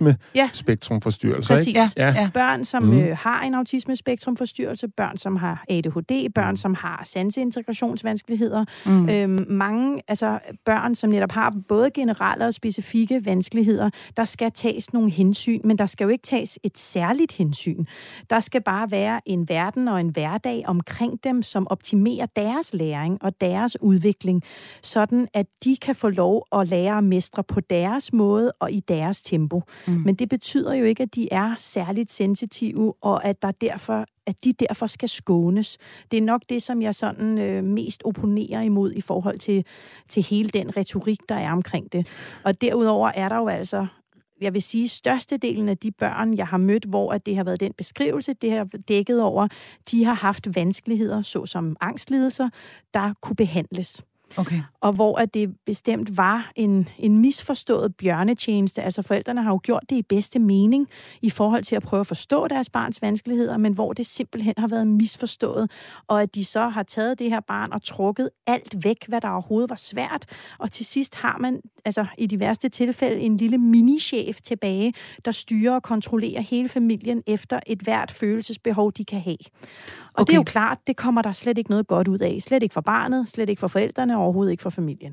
autisme-spektrumforstyrrelser, ja. ikke? Ja. Ja. Børn, som mm. øh, har en autisme-spektrumforstyrrelse, børn, som har A D H D, børn, som har sanseintegrationsvanskeligheder, mm. øhm, mange altså børn, som netop har både generelle og specifikke vanskeligheder, der skal tages nogle hensyn, men der skal jo ikke tages et særligt hensyn. Der skal bare være en verden og en hverdag omkring dem, som optimerer deres læring og deres udvikling, sådan at de kan få lov at lære at mestre på deres måde og i deres tempo. Mm. Men det betyder jo ikke, at de er særligt sensitive, og at der derfor at de derfor skal skånes. Det er nok det, som jeg sådan øh, mest opponerer imod i forhold til, til hele den retorik, der er omkring det. Og derudover er der jo altså, jeg vil sige, størstedelen af de børn, jeg har mødt, hvor at det har været den beskrivelse, det har dækket over, de har haft vanskeligheder, såsom angstlidelser, der kunne behandles. Okay. Og hvor at det bestemt var en, en misforstået bjørnetjeneste. Altså forældrene har jo gjort det i bedste mening i forhold til at prøve at forstå deres barns vanskeligheder, men hvor det simpelthen har været misforstået, og at de så har taget det her barn og trukket alt væk, hvad der overhovedet var svært. Og til sidst har man, altså i de værste tilfælde, en lille minichef tilbage, der styrer og kontrollerer hele familien efter et hvert følelsesbehov, de kan have. Og okay. Det er jo klart, det kommer der slet ikke noget godt ud af. Slet ikke for barnet, slet ikke for forældrene, og overhovedet ikke for familien.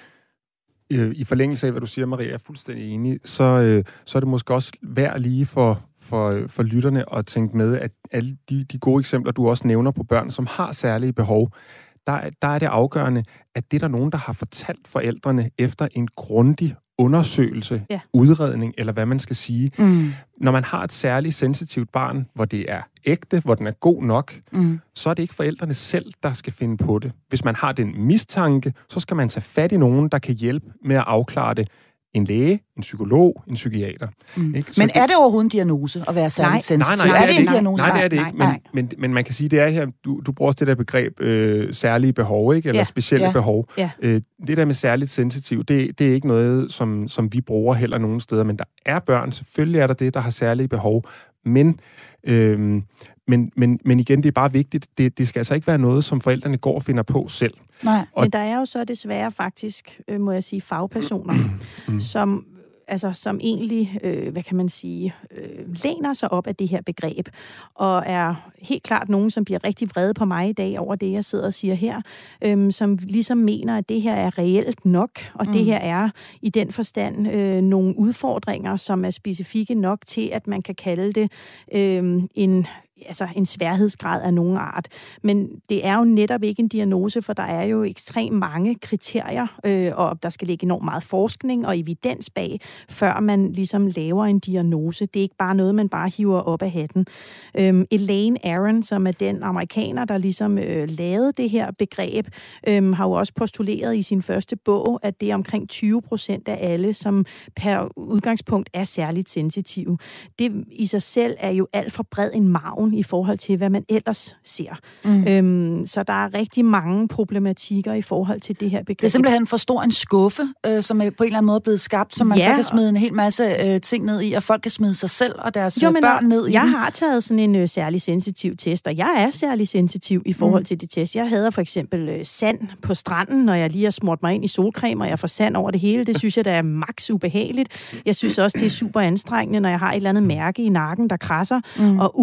I forlængelse af, hvad du siger, Maria, er fuldstændig enig, så, øh, så er det måske også værd lige for, for, for lytterne at tænke med, at alle de, de gode eksempler, du også nævner på børn, som har særlige behov, der, der er det afgørende, at det er der nogen, der har fortalt forældrene efter en grundig undersøgelse, ja. udredning, eller hvad man skal sige. Mm. Når man har et særligt sensitivt barn, hvor det er ægte, hvor den er god nok, mm. så er det ikke forældrene selv, der skal finde på det. Hvis man har den mistanke, så skal man tage fat i nogen, der kan hjælpe med at afklare det. En læge, en psykolog, en psykiater. Mm. Ikke? Men er det overhovedet en diagnose at være særligt sensitiv? Nej, nej, er det en diagnose? Nej, det er det ikke. Men, men, men man kan sige, det er her, du, du bruger også det der begreb øh, særlige behov, ikke? Eller ja. specielle ja. behov. Ja. Øh, det der med særligt sensitiv, det, det er ikke noget, som, som vi bruger heller nogen steder, men der er børn, selvfølgelig er der det, der har særlige behov, men øh, Men, men, men igen, det er bare vigtigt, det, det skal altså ikke være noget, som forældrene går og finder på selv. Nej, og men der er jo så desværre faktisk, øh, må jeg sige, fagpersoner, mm. som, altså, som egentlig, øh, hvad kan man sige, øh, læner sig op af det her begreb, og er helt klart nogen, som bliver rigtig vrede på mig i dag over det, jeg sidder og siger her, øh, som ligesom mener, at det her er reelt nok, og mm. det her er i den forstand øh, nogle udfordringer, som er specifikke nok til, at man kan kalde det øh, en... altså en sværhedsgrad af nogen art. Men det er jo netop ikke en diagnose, for der er jo ekstremt mange kriterier, øh, og der skal ligge enormt meget forskning og evidens bag, før man ligesom laver en diagnose. Det er ikke bare noget, man bare hiver op af hatten. Øhm, Elaine Aron, som er den amerikaner, der ligesom øh, lavede det her begreb, øh, har jo også postuleret i sin første bog, at det er omkring tyve procent af alle, som per udgangspunkt er særligt sensitive. Det i sig selv er jo alt for bred en margen i forhold til, hvad man ellers ser. Mm. Øhm, så der er rigtig mange problematikker i forhold til det her begreb. Det er simpelthen for stor en skuffe, øh, som er på en eller anden måde blevet skabt, som man ja, så kan smide en hel masse øh, ting ned i, og folk kan smide sig selv og deres jo, børn ned i. Jeg den. har taget sådan en øh, særlig sensitiv test, og jeg er særlig sensitiv i forhold mm. til det test. Jeg hader for eksempel øh, sand på stranden, når jeg lige har smurt mig ind i solcreme, og jeg får sand over det hele. Det synes jeg, der er maks ubehageligt. Jeg synes også, det er super anstrengende, når jeg har et eller andet mærke i nakken, der krasser, mm. og ulden skal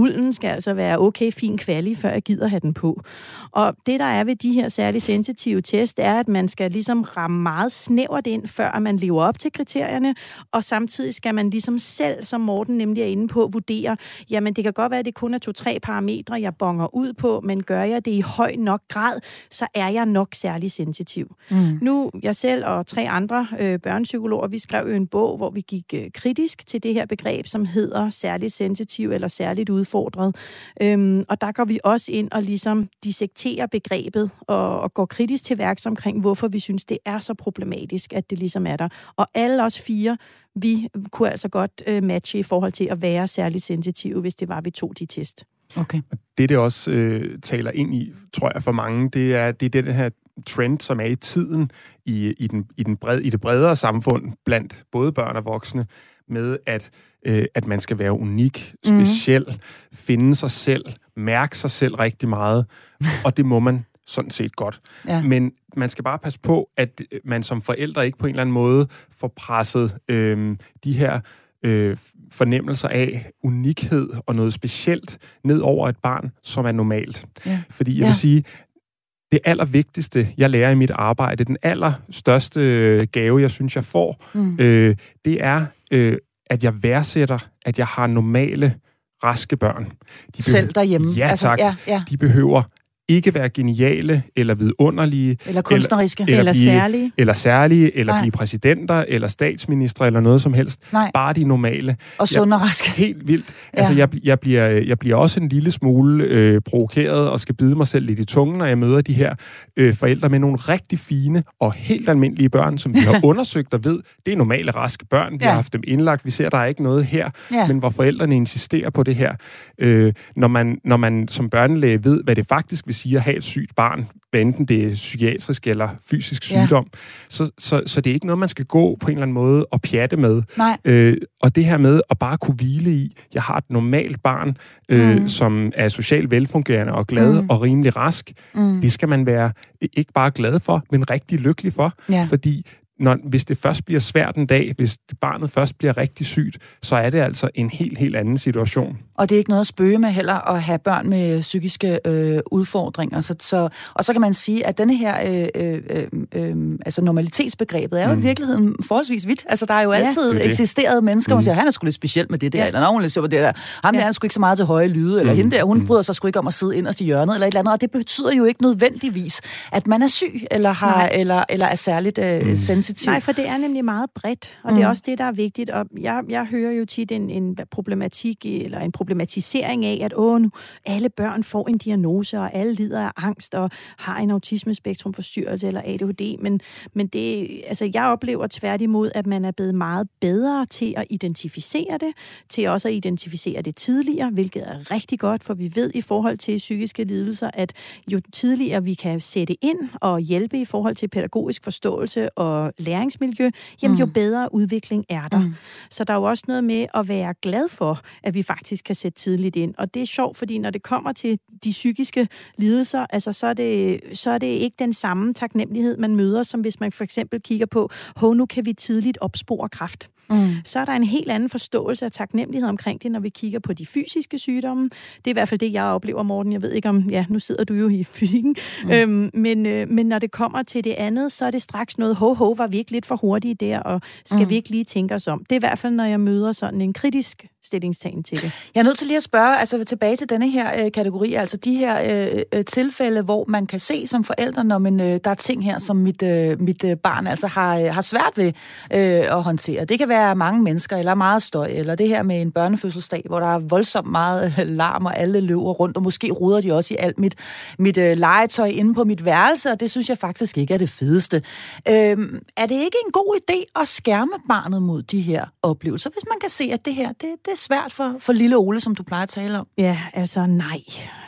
altså være okay, fin kvali, før jeg gider have den på. Og det, der er ved de her særligt sensitive test, er, at man skal ligesom ramme meget snævert ind, før man lever op til kriterierne, og samtidig skal man ligesom selv, som Morten nemlig er inde på, vurdere, jamen det kan godt være, at det kun er to-tre parametre, jeg bonger ud på, men gør jeg det i høj nok grad, så er jeg nok særlig sensitiv. Mm. Nu, jeg selv og tre andre øh, børnepsykologer, vi skrev jo en bog, hvor vi gik øh, kritisk til det her begreb, som hedder særligt sensitiv eller særligt udfordret. Øhm, og der går vi også ind og ligesom dissekterer begrebet og, og går kritisk til værks omkring, hvorfor vi synes, det er så problematisk, at det ligesom er der. Og alle os fire, vi kunne altså godt øh, matche i forhold til at være særligt sensitive, hvis det var, vi tog de test. Okay. Det, det også øh, taler ind i, tror jeg, for mange, det er, det er den her trend, som er i tiden i, i, den, i, den bred, i det bredere samfund blandt både børn og voksne, med at, øh, at man skal være unik, speciel, mm. finde sig selv, mærke sig selv rigtig meget, og det må man sådan set godt. Ja. Men man skal bare passe på, at man som forældre ikke på en eller anden måde får presset øh, de her øh, fornemmelser af unikhed og noget specielt ned over et barn, som er normalt. Ja. Fordi jeg ja. vil sige, det allervigtigste, jeg lærer i mit arbejde, den allerstørste gave, jeg synes, jeg får, mm. øh, det er, øh, at jeg værdsætter, at jeg har normale, raske børn. De Selv derhjemme? Ja, tak. Altså, ja, ja. De behøver ikke være geniale, eller vidunderlige, eller kunstneriske, eller, eller, eller blive, særlige, eller særlige, eller Nej. blive præsidenter, eller statsministre, eller noget som helst. Nej. Bare de normale. Og sunde og raske. Helt vildt. Ja. Altså, jeg, jeg, bliver, jeg bliver også en lille smule øh, provokeret, og skal bide mig selv lidt i tungen, når jeg møder de her øh, forældre med nogle rigtig fine og helt almindelige børn, som vi har undersøgt og ved, det er normale, raske børn. Vi ja. har haft dem indlagt. Vi ser, der er ikke noget her. Ja. Men hvor forældrene insisterer på det her. Øh, når, man, når man som børnelæge ved, hvad det faktisk vil sige at have et sygt barn, enten det er psykiatrisk eller fysisk sygdom, ja. så, så, så det er ikke noget, man skal gå på en eller anden måde og pjatte med. Øh, og det her med at bare kunne hvile i, jeg har et normalt barn, øh, mm. som er socialt velfungerende og glad mm. og rimelig rask, mm. det skal man være ikke bare glad for, men rigtig lykkelig for, ja. fordi Når, hvis det først bliver svært en dag, hvis barnet først bliver rigtig sygt, så er det altså en helt, helt anden situation. Og det er ikke noget at spøge med heller at have børn med psykiske øh, udfordringer. Så, så, og så kan man sige, at denne her øh, øh, øh, altså normalitetsbegrebet er jo mm. i virkeligheden forholdsvis vidt. Altså der er jo altid ja, eksisteret mennesker, mm. man siger, han er sgu lidt specielt med det der, ja. eller nogen lidt så det der. Ham ja. der, han er sgu ikke så meget til høje lyde, eller mm. hende der, hun mm. bryder sig sgu ikke om at sidde inderst i hjørnet, eller et eller andet. Og det betyder jo ikke nødvendigvis, at man er syg, eller, har, eller, eller er særligt øh, mm. sensitiv. Nej, for det er nemlig meget bredt, og mm. det er også det, der er vigtigt. Og jeg, jeg hører jo tit en, en problematik, eller en problematisering af, at åh, nu alle børn får en diagnose, og alle lider af angst, og har en autismespektrumforstyrrelse eller A D H D. Men, men det, altså, jeg oplever tværtimod, at man er blevet meget bedre til at identificere det, til også at identificere det tidligere, hvilket er rigtig godt, for vi ved i forhold til psykiske lidelser, at jo tidligere vi kan sætte ind og hjælpe i forhold til pædagogisk forståelse og læringsmiljø, jamen jo bedre udvikling er der. Mm. Så der er jo også noget med at være glad for, at vi faktisk kan sætte tidligt ind. Og det er sjovt, fordi når det kommer til de psykiske lidelser, altså så er det, så er det ikke den samme taknemmelighed, man møder, som hvis man for eksempel kigger på, hov, nu kan vi tidligt opspore kræft. Mm. Så er der en helt anden forståelse af taknemmelighed omkring det, når vi kigger på de fysiske sygdomme. Det er i hvert fald det, jeg oplever, Morten. Jeg ved ikke om, ja, nu sidder du jo i fysikken. Mm. Øhm, men, øh, men når det kommer til det andet, så er det straks noget, ho, ho, var vi ikke lidt for hurtige der, og skal mm. vi ikke lige tænke os om. Det er i hvert fald, når jeg møder sådan en kritisk stillingstagen til det. Jeg er nødt til lige at spørge, altså tilbage til denne her øh, kategori, altså de her øh, tilfælde, hvor man kan se som forældre, når man, øh, der er ting her, som mit, øh, mit øh, barn altså har, øh, har svært ved øh, at håndtere. Det kan være mange mennesker, eller meget støj, eller det her med en børnefødselsdag, hvor der er voldsomt meget øh, larm, og alle løber rundt, og måske ruder de også i alt mit, mit øh, legetøj inde på mit værelse, og det synes jeg faktisk ikke er det fedeste. Øh, er det ikke en god idé at skærme barnet mod de her oplevelser, hvis man kan se, at det her, det, det er svært for, for lille Ole, som du plejer at tale om? Ja, altså nej.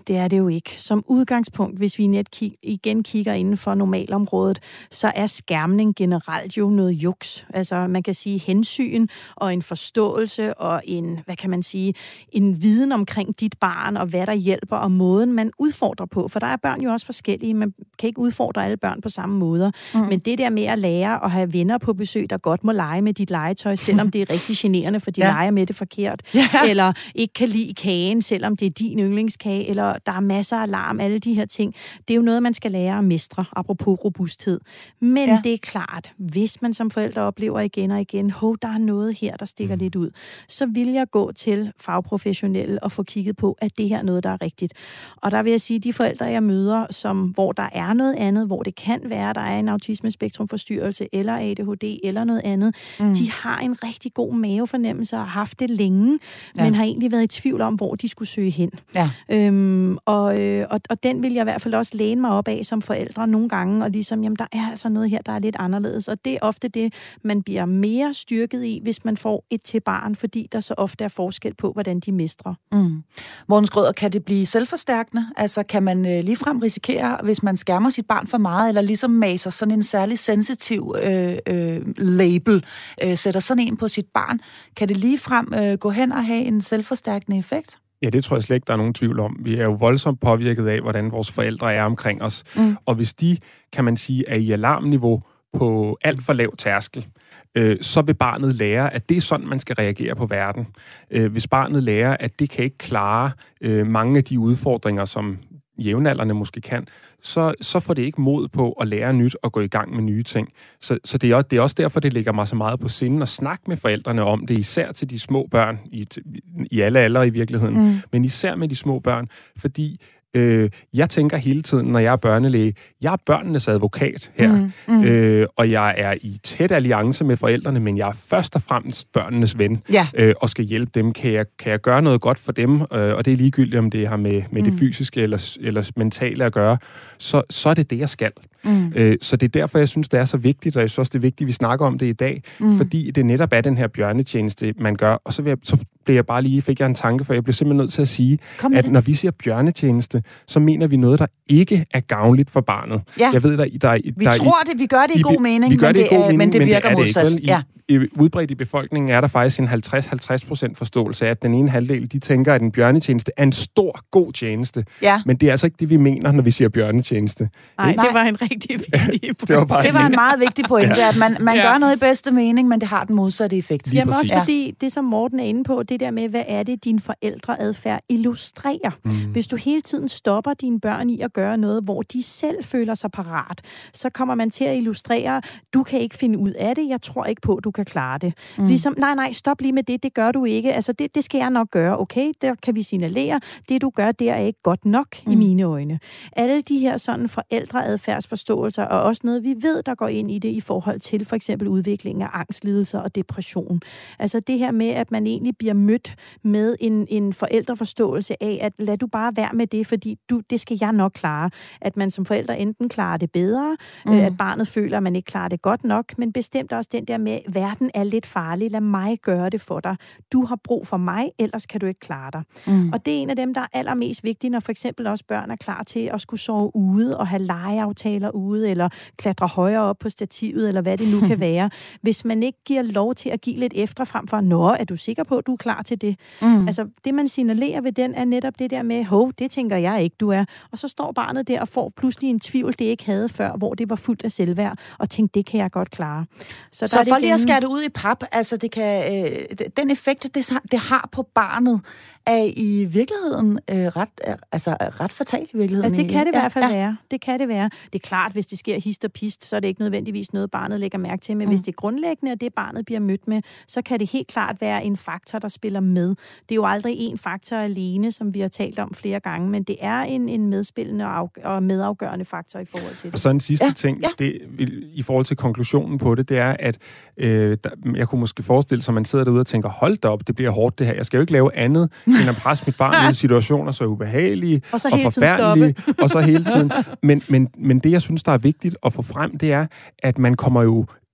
det er det jo ikke. Som udgangspunkt, hvis vi net kig- igen kigger inden for normalområdet, så er skærmning generelt jo noget juks. Altså man kan sige hensyn og en forståelse og en, hvad kan man sige, en viden omkring dit barn og hvad der hjælper og måden, man udfordrer på. For der er børn jo også forskellige. Man kan ikke udfordre alle børn på samme måder. Mm. Men det der med at lære at have venner på besøg, der godt må lege med dit legetøj, selvom det er rigtig generende, for de ja. leger med det forkert. Ja. Eller ikke kan lide kagen, selvom det er din yndlingskage, eller der er masser af larm, alle de her ting. Det er jo noget, man skal lære at mestre, apropos robusthed. Men ja. det er klart, hvis man som forældre oplever igen og igen, hov, der er noget her, der stikker mm. lidt ud, så vil jeg gå til fagprofessionelle og få kigget på, at det her er noget, der er rigtigt. Og der vil jeg sige, de forældre, jeg møder, som, hvor der er noget andet, hvor det kan være, der er en autismespektrumforstyrrelse, eller A D H D, eller noget andet, mm. de har en rigtig god mavefornemmelse og har haft det længe, ja. men har egentlig været i tvivl om, hvor de skulle søge hen. Ja. Øhm, og, øh, og, og den vil jeg i hvert fald også læne mig op af som forældre nogle gange, og ligesom, jamen, der er altså noget her, der er lidt anderledes, og det er ofte det, man bliver mere styrket i, hvis man får et til barn, fordi der så ofte er forskel på, hvordan de mestrer. Mm. Morten Schrøder, kan det blive selvforstærkende? Altså, kan man øh, ligefrem risikere, hvis man skærmer sit barn for meget, eller ligesom maser sådan en særlig sensitiv øh, øh, label, øh, sætter sådan en på sit barn, kan det ligefrem øh, gå hen og have en selvforstærkende effekt? Ja, det tror jeg slet ikke, der er nogen tvivl om. Vi er jo voldsomt påvirket af, hvordan vores forældre er omkring os. Mm. Og hvis de, kan man sige, er i alarmniveau på alt for lav tærskel, øh, så vil barnet lære, at det er sådan, man skal reagere på verden. Øh, hvis barnet lærer, at det kan ikke klare øh, mange af de udfordringer, som jævnaldrende måske kan, så, så får det ikke mod på at lære nyt og gå i gang med nye ting. Så, så det, er også, det er også derfor, det ligger mig så meget på sinden at snakke med forældrene om det, især til de små børn, i, i alle aldre i virkeligheden, mm. men især med de små børn, fordi Øh, jeg tænker hele tiden, når jeg er børnelæge, jeg er børnenes advokat her, mm, mm. Øh, og jeg er i tæt alliance med forældrene, men jeg er først og fremmest børnenes ven, ja. øh, og skal hjælpe dem. Kan jeg, kan jeg gøre noget godt for dem, øh, og det er ligegyldigt, om det har med, med mm. det fysiske eller, eller mentale at gøre, så, så er det det, jeg skal. Mm. Øh, så det er derfor, jeg synes, det er så vigtigt, og jeg synes også, det er vigtigt, at vi snakker om det i dag, mm. fordi det netop er den her bjørnetjeneste, man gør, og så, vil jeg, så blev jeg bare lige, fik jeg en tanke, for jeg blev simpelthen nødt til at sige, at når vi siger bjørnetjeneste, så mener vi noget, der ikke er gavnligt for barnet. Ja. Jeg ved, der, der, vi der tror det, vi gør det i, i god mening, vi gør men, det, det, god mening, men det virker men det modsat. Det ja. I, udbredt i befolkningen er der faktisk en halvtreds til halvtreds procent forståelse af, at den ene halvdel, de tænker, at en bjørnetjeneste er en stor, god tjeneste. Ja. Men det er altså ikke det, vi mener, når vi siger bjørnetjeneste. Nej, det var en rigtig vigtig det, var bare det var en meget vigtig pointe, ja. at man, man ja. gør noget i bedste mening, men det har den modsatte effekt. Lige Jamen præcis. Også fordi, det som Morten er inde på, det der med, hvad er det, din forældreadfærd illustrerer. Mm. Hvis du hele tiden stopper dine børn i at gøre noget, hvor de selv føler sig parat, så kommer man til at illustrere, du kan ikke finde ud af det, jeg tror ikke på, du kan klare det. Mm. Ligesom, nej, nej, stop lige med det, det gør du ikke. Altså, det, det skal jeg nok gøre, okay? Der kan vi signalere, det du gør, det er ikke godt nok mm. i mine øjne. Alle de her sådan forældreadfærdsforståelser, og også noget, vi ved, der går ind i det i forhold til for eksempel udviklingen af angstlidelser og depression. Altså det her med, at man egentlig bliver mødt med en, en forældreforståelse af, at lad du bare være med det, fordi du, det skal jeg nok klare. At man som forældre enten klarer det bedre, mm. øh, at barnet føler, at man ikke klarer det godt nok, men bestemt også den der med, verden er lidt farlig, lad mig gøre det for dig. Du har brug for mig, ellers kan du ikke klare dig. Mm. Og det er en af dem, der er allermest vigtige, når for eksempel også børn er klar til at skulle sove ude og have legeaftaler ude, eller klatre højere op på stativet, eller hvad det nu kan være. Hvis man ikke giver lov til at give lidt efter frem for, nå, er du sikker på, at du er klar til det? Mm. Altså, det man signalerer ved den, er netop det der med, hov, det tænker jeg ikke, du er. Og så står barnet der og får pludselig en tvivl, det ikke havde før, hvor det var fuldt af selvværd, og tænkte, det kan jeg godt klare. Så, så for lige at skære det ud i pap, altså det kan, øh, den effekt, det, det har på barnet, er i virkeligheden øh, ret, øh, altså, ret fatalt i virkeligheden. Altså det kan det i ja, hvert fald ja. være. Det kan det være. Det er klart, hvis det sker hist og pist, så er det ikke nødvendigvis noget, barnet lægger mærke til, men mm. hvis det er grundlæggende, og det barnet bliver mødt med, så kan det helt klart være en faktor, der spiller med. Det er jo aldrig en faktor alene, som vi har talt om flere gange, men det er en, en medspillende og, af, og medafgørende faktor i forhold til det. Og så en sidste ja. ting, ja. Det, i forhold til konklusionen på det, det er, at øh, der, jeg kunne måske forestille sig, at man sidder derude og tænker, hold da op, det bliver hårdt det her. Jeg skal jo ikke lave andet, end at presse mit barn i situationer så ubehagelige og, så og forfærdelige, og så hele tiden. Men, men, men det, jeg synes, der er vigtigt at få frem, det er, at man kommer jo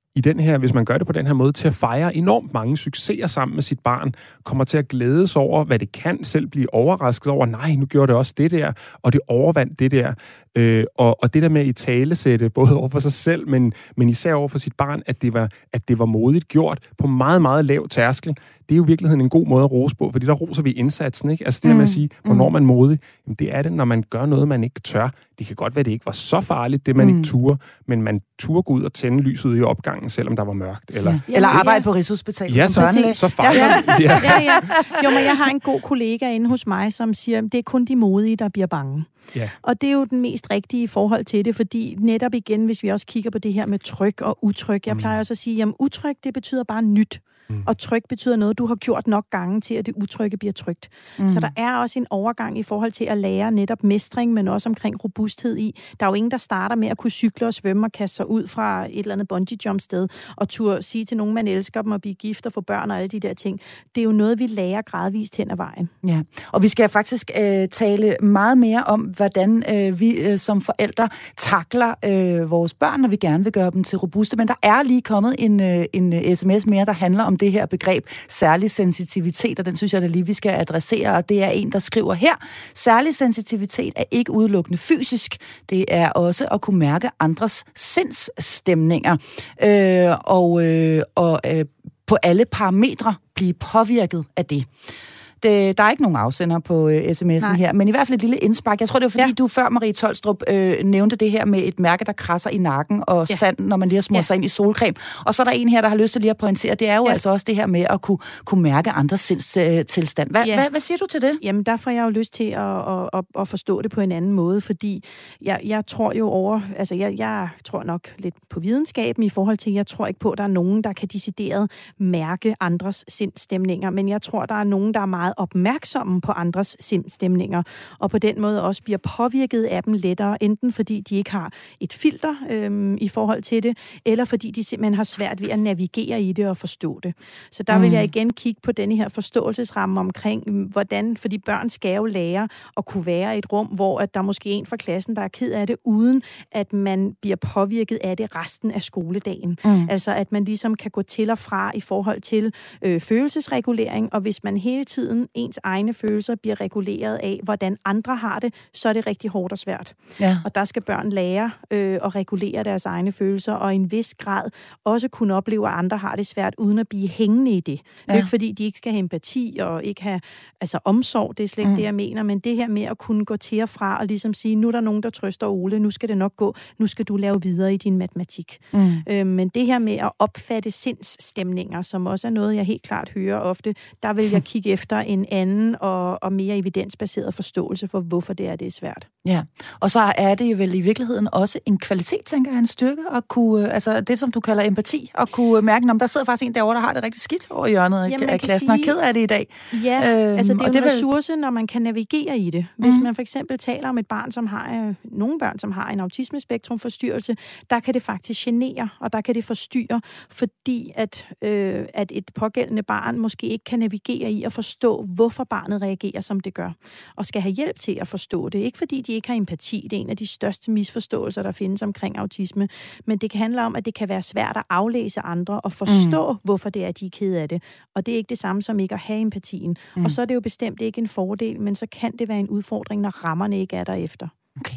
i den her, hvis man gør det på den her måde, til at fejre enormt mange succeser sammen med sit barn, kommer til at glædes over, hvad det kan, selv blive overrasket over, nej, nu gjorde det også det der, og det overvandt det der. Øh, og, og det der med at italesætte, både over for sig selv, men, men især over for sit barn, at det, var, at det var modigt gjort på meget, meget lav tærskel, det er jo i virkeligheden en god måde at rose på, fordi der roser vi indsatsen, ikke? Altså det mm. med at sige, hvornår man er modig, jamen det er det, når man gør noget, man ikke tør. Det kan godt være, det ikke var så farligt, det man mm. ikke turde, men man turde gå ud og tænde lyset i opgangen, selvom der var mørkt. Eller, ja. eller arbejde på Rigshospitalet ja, som børnelæge. Så fejler ja. ja. ja, ja. Jo, men jeg har en god kollega inde hos mig, som siger, det er kun de modige, der bliver bange. Ja. Og det er jo den mest rigtige forhold til det, fordi netop igen, hvis vi også kigger på det her med tryg og utryg, jeg plejer også at sige, jamen utryg, det betyder bare nyt. Mm. Og tryg betyder noget, du har gjort nok gange til, at det utrygge bliver trygt. Mm. Så der er også en overgang i forhold til at lære netop mestring, men også omkring robusthed i. Der er jo ingen, der starter med at kunne cykle og svømme og kaste sig ud fra et eller andet bungee jump sted og turde sige til nogen, man elsker dem og blive gift og få børn og alle de der ting. Det er jo noget, vi lærer gradvist hen ad vejen. Ja, og vi skal faktisk øh, tale meget mere om, hvordan øh, vi øh, som forældre takler øh, vores børn, når vi gerne vil gøre dem til robuste. Men der er lige kommet en, øh, en sms mere, der handler om det her begreb særlig sensitivitet, og den synes jeg da lige, vi skal adressere, og det er en, der skriver her: særlig sensitivitet er ikke udelukkende fysisk, det er også at kunne mærke andres sindsstemninger, øh, og, øh, og øh, på alle parametre blive påvirket af det. Det, der er ikke nogen afsender på øh, sms'en Nej. her, men i hvert fald et lille indspark. Jeg tror, det var fordi, ja. du før, Marie Tolstrup, øh, nævnte det her med et mærke, der krasser i nakken og ja. sand, når man lige har smurt ja. sig ind i solcreme. Og så er der en her, der har lyst til lige at pointere, det er jo ja. altså også det her med at kunne, kunne mærke andres sindstilstand. Hvad, ja. hvad, hvad siger du til det? Jamen, der får jeg jo lyst til at, at, at, at forstå det på en anden måde, fordi jeg, jeg tror jo over, altså jeg, jeg tror nok lidt på videnskaben i forhold til, jeg tror ikke på, at der er nogen, der kan decideret mærke andres sindstemninger, men jeg tror, der er nogen, der er meget opmærksomme på andres sindstemninger, og på den måde også bliver påvirket af dem lettere, enten fordi de ikke har et filter øhm, i forhold til det, eller fordi de simpelthen har svært ved at navigere i det og forstå det. Så der mm. vil jeg igen kigge på denne her forståelsesramme omkring, hvordan, fordi børn skal jo lære at kunne være i et rum, hvor at der måske er en fra klassen, der er ked af det, uden at man bliver påvirket af det resten af skoledagen. Mm. Altså at man ligesom kan gå til og fra i forhold til øh, følelsesregulering, og hvis man hele tiden ens egne følelser bliver reguleret af, hvordan andre har det, så er det rigtig hårdt og svært. Ja. Og der skal børn lære øh, at regulere deres egne følelser, og i en vis grad også kunne opleve, at andre har det svært, uden at blive hængende i det. Det er ja. ikke fordi, de ikke skal have empati og ikke have altså, omsorg, det er slet ikke mm. det, jeg mener, men det her med at kunne gå til og fra og ligesom sige, nu er der nogen, der trøster Ole, nu skal det nok gå, nu skal du lave videre i din matematik. Mm. Øh, men det her med at opfatte sindsstemninger, som også er noget, jeg helt klart hører ofte, der vil jeg kigge efter en anden og, og mere evidensbaseret forståelse for, hvorfor det er, det er svært. Ja, og så er det jo vel i virkeligheden også en kvalitet, tænker jeg, en styrke, at kunne, altså det, som du kalder empati, at kunne mærke, om der sidder faktisk en derovre, der har det rigtig skidt over hjørnet Jamen, af klassen, sige, og er ked af det i dag. Ja, øhm, altså det er jo en ressource, når man kan navigere i det. Hvis mm. man for eksempel taler om et barn, som har, øh, nogle børn, som har en autismespektrumforstyrrelse, der kan det faktisk genere, og der kan det forstyrre, fordi at, øh, at et pågældende barn måske ikke kan navigere i at forstå, hvorfor barnet reagerer, som det gør, og skal have hjælp til at forstå det. Ikke fordi de ikke har empati, det er en af de største misforståelser, der findes omkring autisme, men det kan handle om, at det kan være svært at aflæse andre og forstå, mm. hvorfor det er, de er kede af det. Og det er ikke det samme som ikke at have empatien. Mm. Og så er det jo bestemt ikke en fordel, men så kan det være en udfordring, når rammerne ikke er derefter. Okay.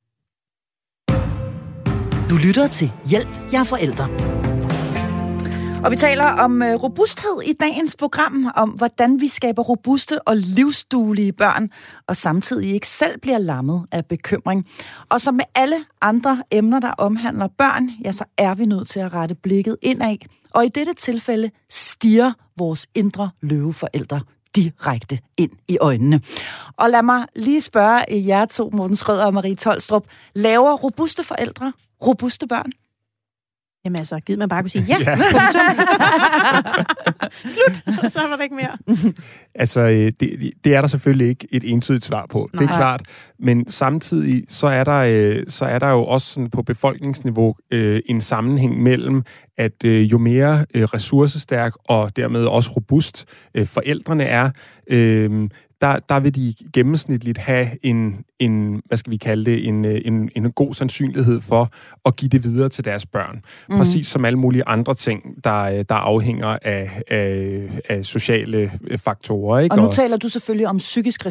Du lytter til Hjælp, jeg er forældre. Og vi taler om øh, robusthed i dagens program, om hvordan vi skaber robuste og livsduelige børn, og samtidig ikke selv bliver lammet af bekymring. Og som med alle andre emner, der omhandler børn, ja, så er vi nødt til at rette blikket indad. Og i dette tilfælde stiger vores indre løveforældre direkte ind i øjnene. Og lad mig lige spørge jer to, Morten Schrøder og Marie Tolstrup, laver robuste forældre robuste børn? Jamen altså, givet man bare kunne sige ja. ja. Slut, så var der ikke mere. Altså, det, det er der selvfølgelig ikke et entydigt svar på. Nej. Det er klart. Men samtidig, så er der, så er der jo også sådan på befolkningsniveau en sammenhæng mellem, at jo mere ressourcestærk og dermed også robust forældrene er, der, der vil de gennemsnitligt have en, en, hvad skal vi kalde det, en, en, en god sandsynlighed for at give det videre til deres børn. Mm. Præcis som alle mulige andre ting, der, der afhænger af, af, af sociale faktorer. Ikke? Og nu og, taler du selvfølgelig om psykisk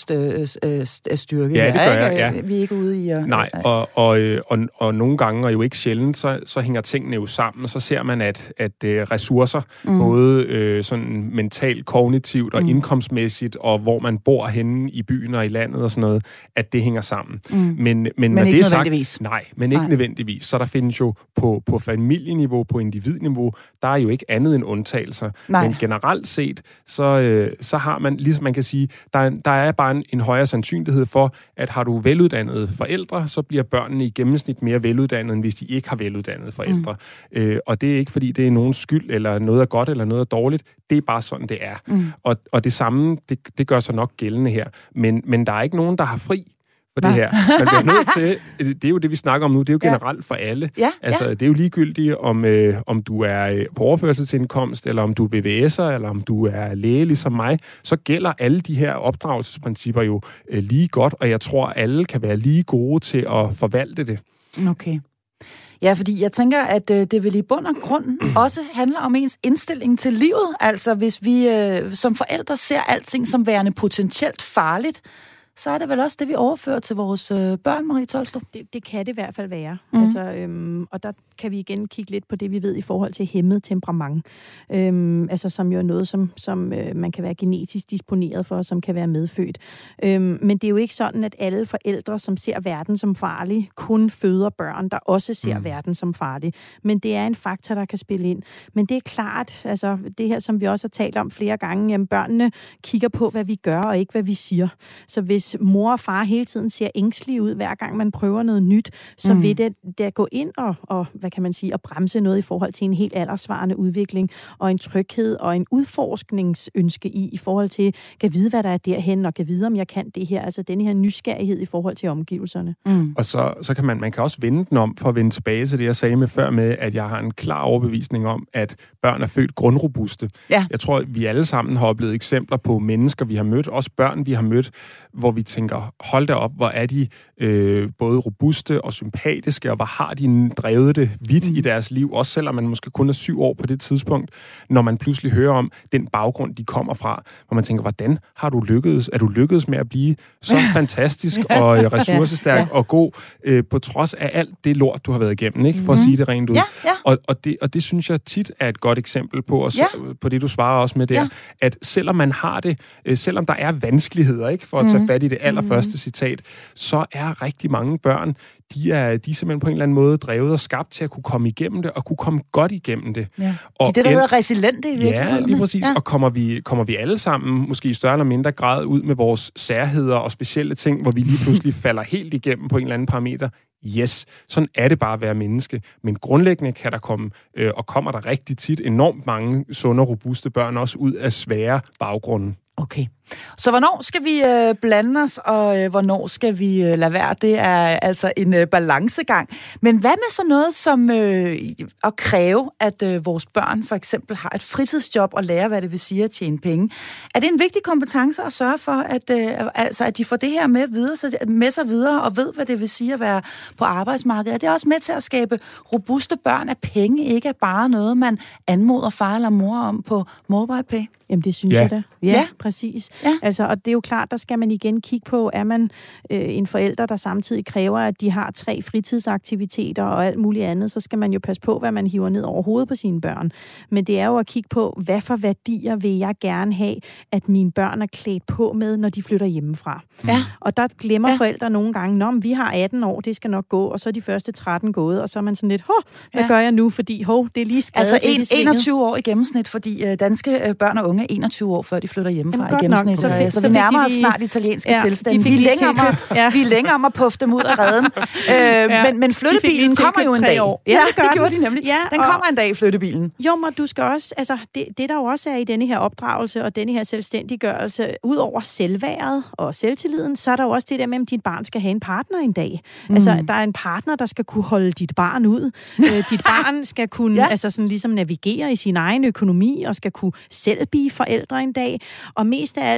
ressourcestyrke. Ja, det gør jeg, ja. Vi er ikke ude i... Uh, Nej, og, og, og, og nogle gange, og jo ikke sjældent, så, så hænger tingene jo sammen, og så ser man, at, at uh, ressourcer, mm. både uh, sådan mentalt, kognitivt og mm. indkomstmæssigt, og hvor man bor henne i byen og i landet og sådan noget, at det hænger sammen. Mm. Men, men, men når ikke det er nødvendigvis. Sagt, nej, men ikke nej. nødvendigvis. Så der findes jo på, på familieniveau, på individniveau, der er jo ikke andet end undtagelser. Nej. Men generelt set, så, øh, så har man, ligesom man kan sige, der, der er bare en, en højere sandsynlighed for, at har du veluddannede forældre, så bliver børnene i gennemsnit mere veluddannede, end hvis de ikke har veluddannede forældre. Mm. Øh, og det er ikke, fordi det er nogens skyld, eller noget er godt, eller noget er dårligt. Det er bare sådan, det er. Mm. Og, og det samme, det, det gør sig nok gældende her. Men, men der er ikke nogen, der har fri for det her. Man bliver nødt til, det er jo det, vi snakker om nu, det er jo generelt for alle. Ja, altså, ja. Det er jo ligegyldigt, om, øh, om du er på overførselsindkomst, eller om du er B V S'er, eller om du er læge ligesom mig, så gælder alle de her opdragelsesprincipper jo øh, lige godt, og jeg tror, alle kan være lige gode til at forvalte det. Okay. Ja, fordi jeg tænker, at øh, det vil i bund og grund også handler om ens indstilling til livet. Altså, hvis vi øh, som forældre ser alting som værende potentielt farligt, så er det vel også det, vi overfører til vores øh, børn, Marie Tolstrup? Det, det kan det i hvert fald være. Mm. Altså, øhm, og der kan vi igen kigge lidt på det, vi ved i forhold til hæmmet temperament. Øhm, altså, som jo er noget, som, som øh, man kan være genetisk disponeret for, som kan være medfødt. Øhm, men det er jo ikke sådan, at alle forældre, som ser verden som farlig, kun føder børn, der også ser mm. verden som farlig. Men det er en faktor, der kan spille ind. Men det er klart, altså det her, som vi også har talt om flere gange, jamen børnene kigger på, hvad vi gør, og ikke hvad vi siger. Så hvis mor og far hele tiden ser ængstelige ud, hver gang man prøver noget nyt, så mm. vil det der gå ind og, og, hvad kan man sige, og bremse noget i forhold til en helt alderssvarende udvikling, og en tryghed og en udforskningsønske i, i forhold til, kan vide, hvad der er derhen, og kan vide, om jeg kan det her. Altså denne her nysgerrighed i forhold til omgivelserne. Mm. Og så, så kan man, man kan også vende den om, for at vende tilbage til det, jeg sagde med før med, at jeg har en klar overbevisning om, at børn er født grundrobuste. Ja. Jeg tror, vi alle sammen har oplevet eksempler på mennesker, vi har mødt, også børn, vi har mødt, hvor vi tænker, hold da op, hvor er de øh, både robuste og sympatiske, og hvor har de drevet det vidt mm. i deres liv, også selvom man måske kun er syv år på det tidspunkt, når man pludselig hører om den baggrund, de kommer fra, hvor man tænker, hvordan har du lykkedes? Er du lykkedes med at blive så fantastisk og ressourcestærk ja, ja. og god, øh, på trods af alt det lort, du har været igennem, ikke? For mm. at sige det rent ud. Ja, ja. Og, og, det, og det synes jeg tit er et godt eksempel på, og så, ja. på det, du svarer også med der, ja. at selvom man har det, øh, selvom der er vanskeligheder, ikke, for at tage fat i det allerførste mm. citat, så er rigtig mange børn, de er, de er simpelthen på en eller anden måde drevet og skabt til at kunne komme igennem det, og kunne komme godt igennem det. Ja. Og det er det, der en, hedder resiliente i virkeligheden. Ja, lige præcis. Ja. Og kommer vi, kommer vi alle sammen, måske i større eller mindre grad, ud med vores særheder og specielle ting, hvor vi lige pludselig falder helt igennem på en eller anden parameter. Yes, sådan er det bare at være menneske. Men grundlæggende kan der komme, øh, og kommer der rigtig tit, enormt mange sunde og robuste børn også ud af svære baggrunde. Okay. Så hvornår skal vi øh, blande os, og øh, hvornår skal vi øh, lade være? Det er altså en øh, balancegang. Men hvad med så noget som øh, at kræve, at øh, vores børn for eksempel har et fritidsjob og lærer, hvad det vil sige at tjene penge? Er det en vigtig kompetence at sørge for, at, øh, altså, at de får det her med, videre, så, med sig videre og ved, hvad det vil sige at være på arbejdsmarkedet? Er det også med til at skabe robuste børn, at penge ikke er bare noget, man anmoder far eller mor om på MobilePay? Jamen, det synes ja. jeg da. Ja, ja. præcis. Ja. Altså, og det er jo klart, der skal man igen kigge på, er man øh, en forælder, der samtidig kræver, at de har tre fritidsaktiviteter og alt muligt andet, så skal man jo passe på, hvad man hiver ned over hovedet på sine børn. Men det er jo at kigge på, hvad for værdier vil jeg gerne have, at mine børn er klædt på med, når de flytter hjemmefra. Ja. Og der glemmer ja. forældre nogle gange, nå, vi har atten år, det skal nok gå, og så er de første tretten gået, og så er man sådan lidt, hov, hvad ja. gør jeg nu? Fordi, hov, det er lige skrevet. Altså en, enogtyve år i gennemsnit, fordi øh, danske øh, børn og unge er enogtyve år, før de flytter hjemmefra i gennemsnit. Så, så, så vi nærmer os snart italienske ja, tilstande. Vi er, længere om at, ja. vi er længere om at puffe dem ud af redden. øh, ja. men, men flyttebilen de kommer jo en dag. År. Ja, ja, det, gør det gjorde de nemlig. Ja, den kommer en dag, flyttebilen. Jo, men du skal også, altså det, det der jo også er i denne her opdragelse og denne her selvstændiggørelse, ud over selvværdet og selvtilliden, så er der jo også det der med, at dit barn skal have en partner en dag. Mm. Altså, der er en partner, der skal kunne holde dit barn ud. øh, dit barn skal kunne ja. altså sådan ligesom navigere i sin egen økonomi og skal kunne selv blive forældre en dag. Og mest af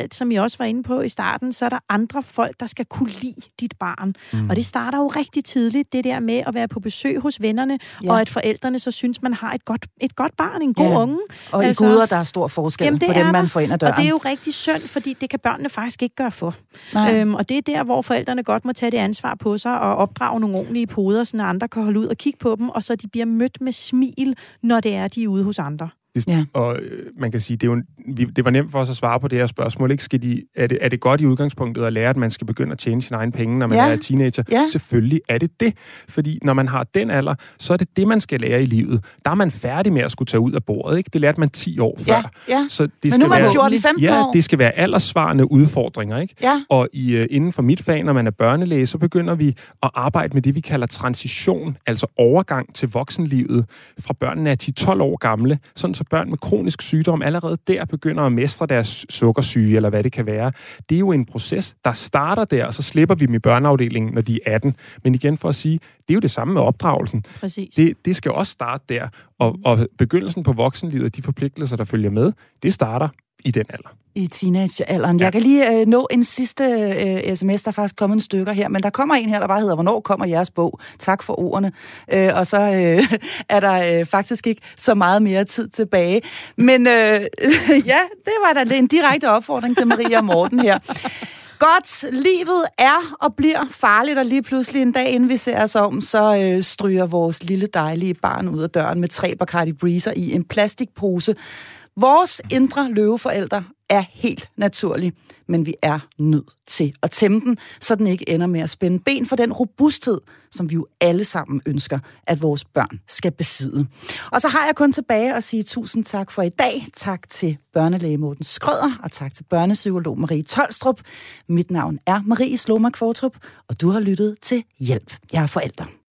alt, som I også var inde på i starten, så er der andre folk, der skal kunne lide dit barn. Mm. Og det starter jo rigtig tidligt, det der med at være på besøg hos vennerne, ja. Og at forældrene så synes, man har et godt, et godt barn, en god ja. Unge. Og altså, i guder, der er stor forskel jamen, på dem, man får ind ad døren. Og det er jo rigtig synd, fordi det kan børnene faktisk ikke gøre for. Øhm, og det er der, hvor forældrene godt må tage det ansvar på sig og opdrage nogle ordentlige poder, så andre kan holde ud og kigge på dem, og så de bliver mødt med smil, når det er, de er ude hos andre. Ja. Og øh, man kan sige, det, er jo, vi, det var nemt for os at svare på det her spørgsmål. Ikke? Skal de, er, det, er det godt i udgangspunktet at lære, at man skal begynde at tjene sine egne penge, når man ja. Er teenager? Ja. Selvfølgelig er det det. Fordi når man har den alder, så er det det, man skal lære i livet. Der er man færdig med at skulle tage ud af bordet. Ikke? Det lærte man ti år før. Ja. Ja. Så det Men skal nu er man være, fjorten femten ja, år. det skal være alderssvarende udfordringer. Ikke? Ja. Og i, uh, inden for mit fag, når man er børnelæge, så begynder vi at arbejde med det, vi kalder transition, altså overgang til voksenlivet fra børnene er ti til tolv år gamle, sådan så børn med kronisk sygdom allerede der begynder at mestre deres sukkersyge, eller hvad det kan være. Det er jo en proces, der starter der, og så slipper vi dem i børneafdelingen, når de er atten. Men igen for at sige, det er jo det samme med opdragelsen. Præcis. Det, det skal også starte der. Og, og begyndelsen på voksenlivet, de forpligtelser, der følger med, det starter i den alder. I teenagealderen. Ja. Jeg kan lige øh, nå en sidste øh, sms, der er faktisk kommet en stykker her, men der kommer en her, der bare hedder, hvornår kommer jeres bog? Tak for ordene. Øh, og så øh, er der øh, faktisk ikke så meget mere tid tilbage. Men øh, ja, det var da en direkte opfordring til Marie og Morten her. Godt, livet er og bliver farligt, og lige pludselig en dag, inden vi ser os om, så øh, stryger vores lille dejlige barn ud af døren med tre Bacardi Breezer i en plastikpose. Vores indre løveforældre er helt naturlig, men vi er nødt til at tæmme den, så den ikke ender med at spænde ben for den robusthed, som vi jo alle sammen ønsker, at vores børn skal besidde. Og så har jeg kun tilbage at sige tusind tak for i dag. Tak til børnelæge Morten Skrøder, og tak til børnepsykolog Marie Tolstrup. Mit navn er Marie Slomak Kvartrup, og du har lyttet til Hjælp. Jeg er forælder.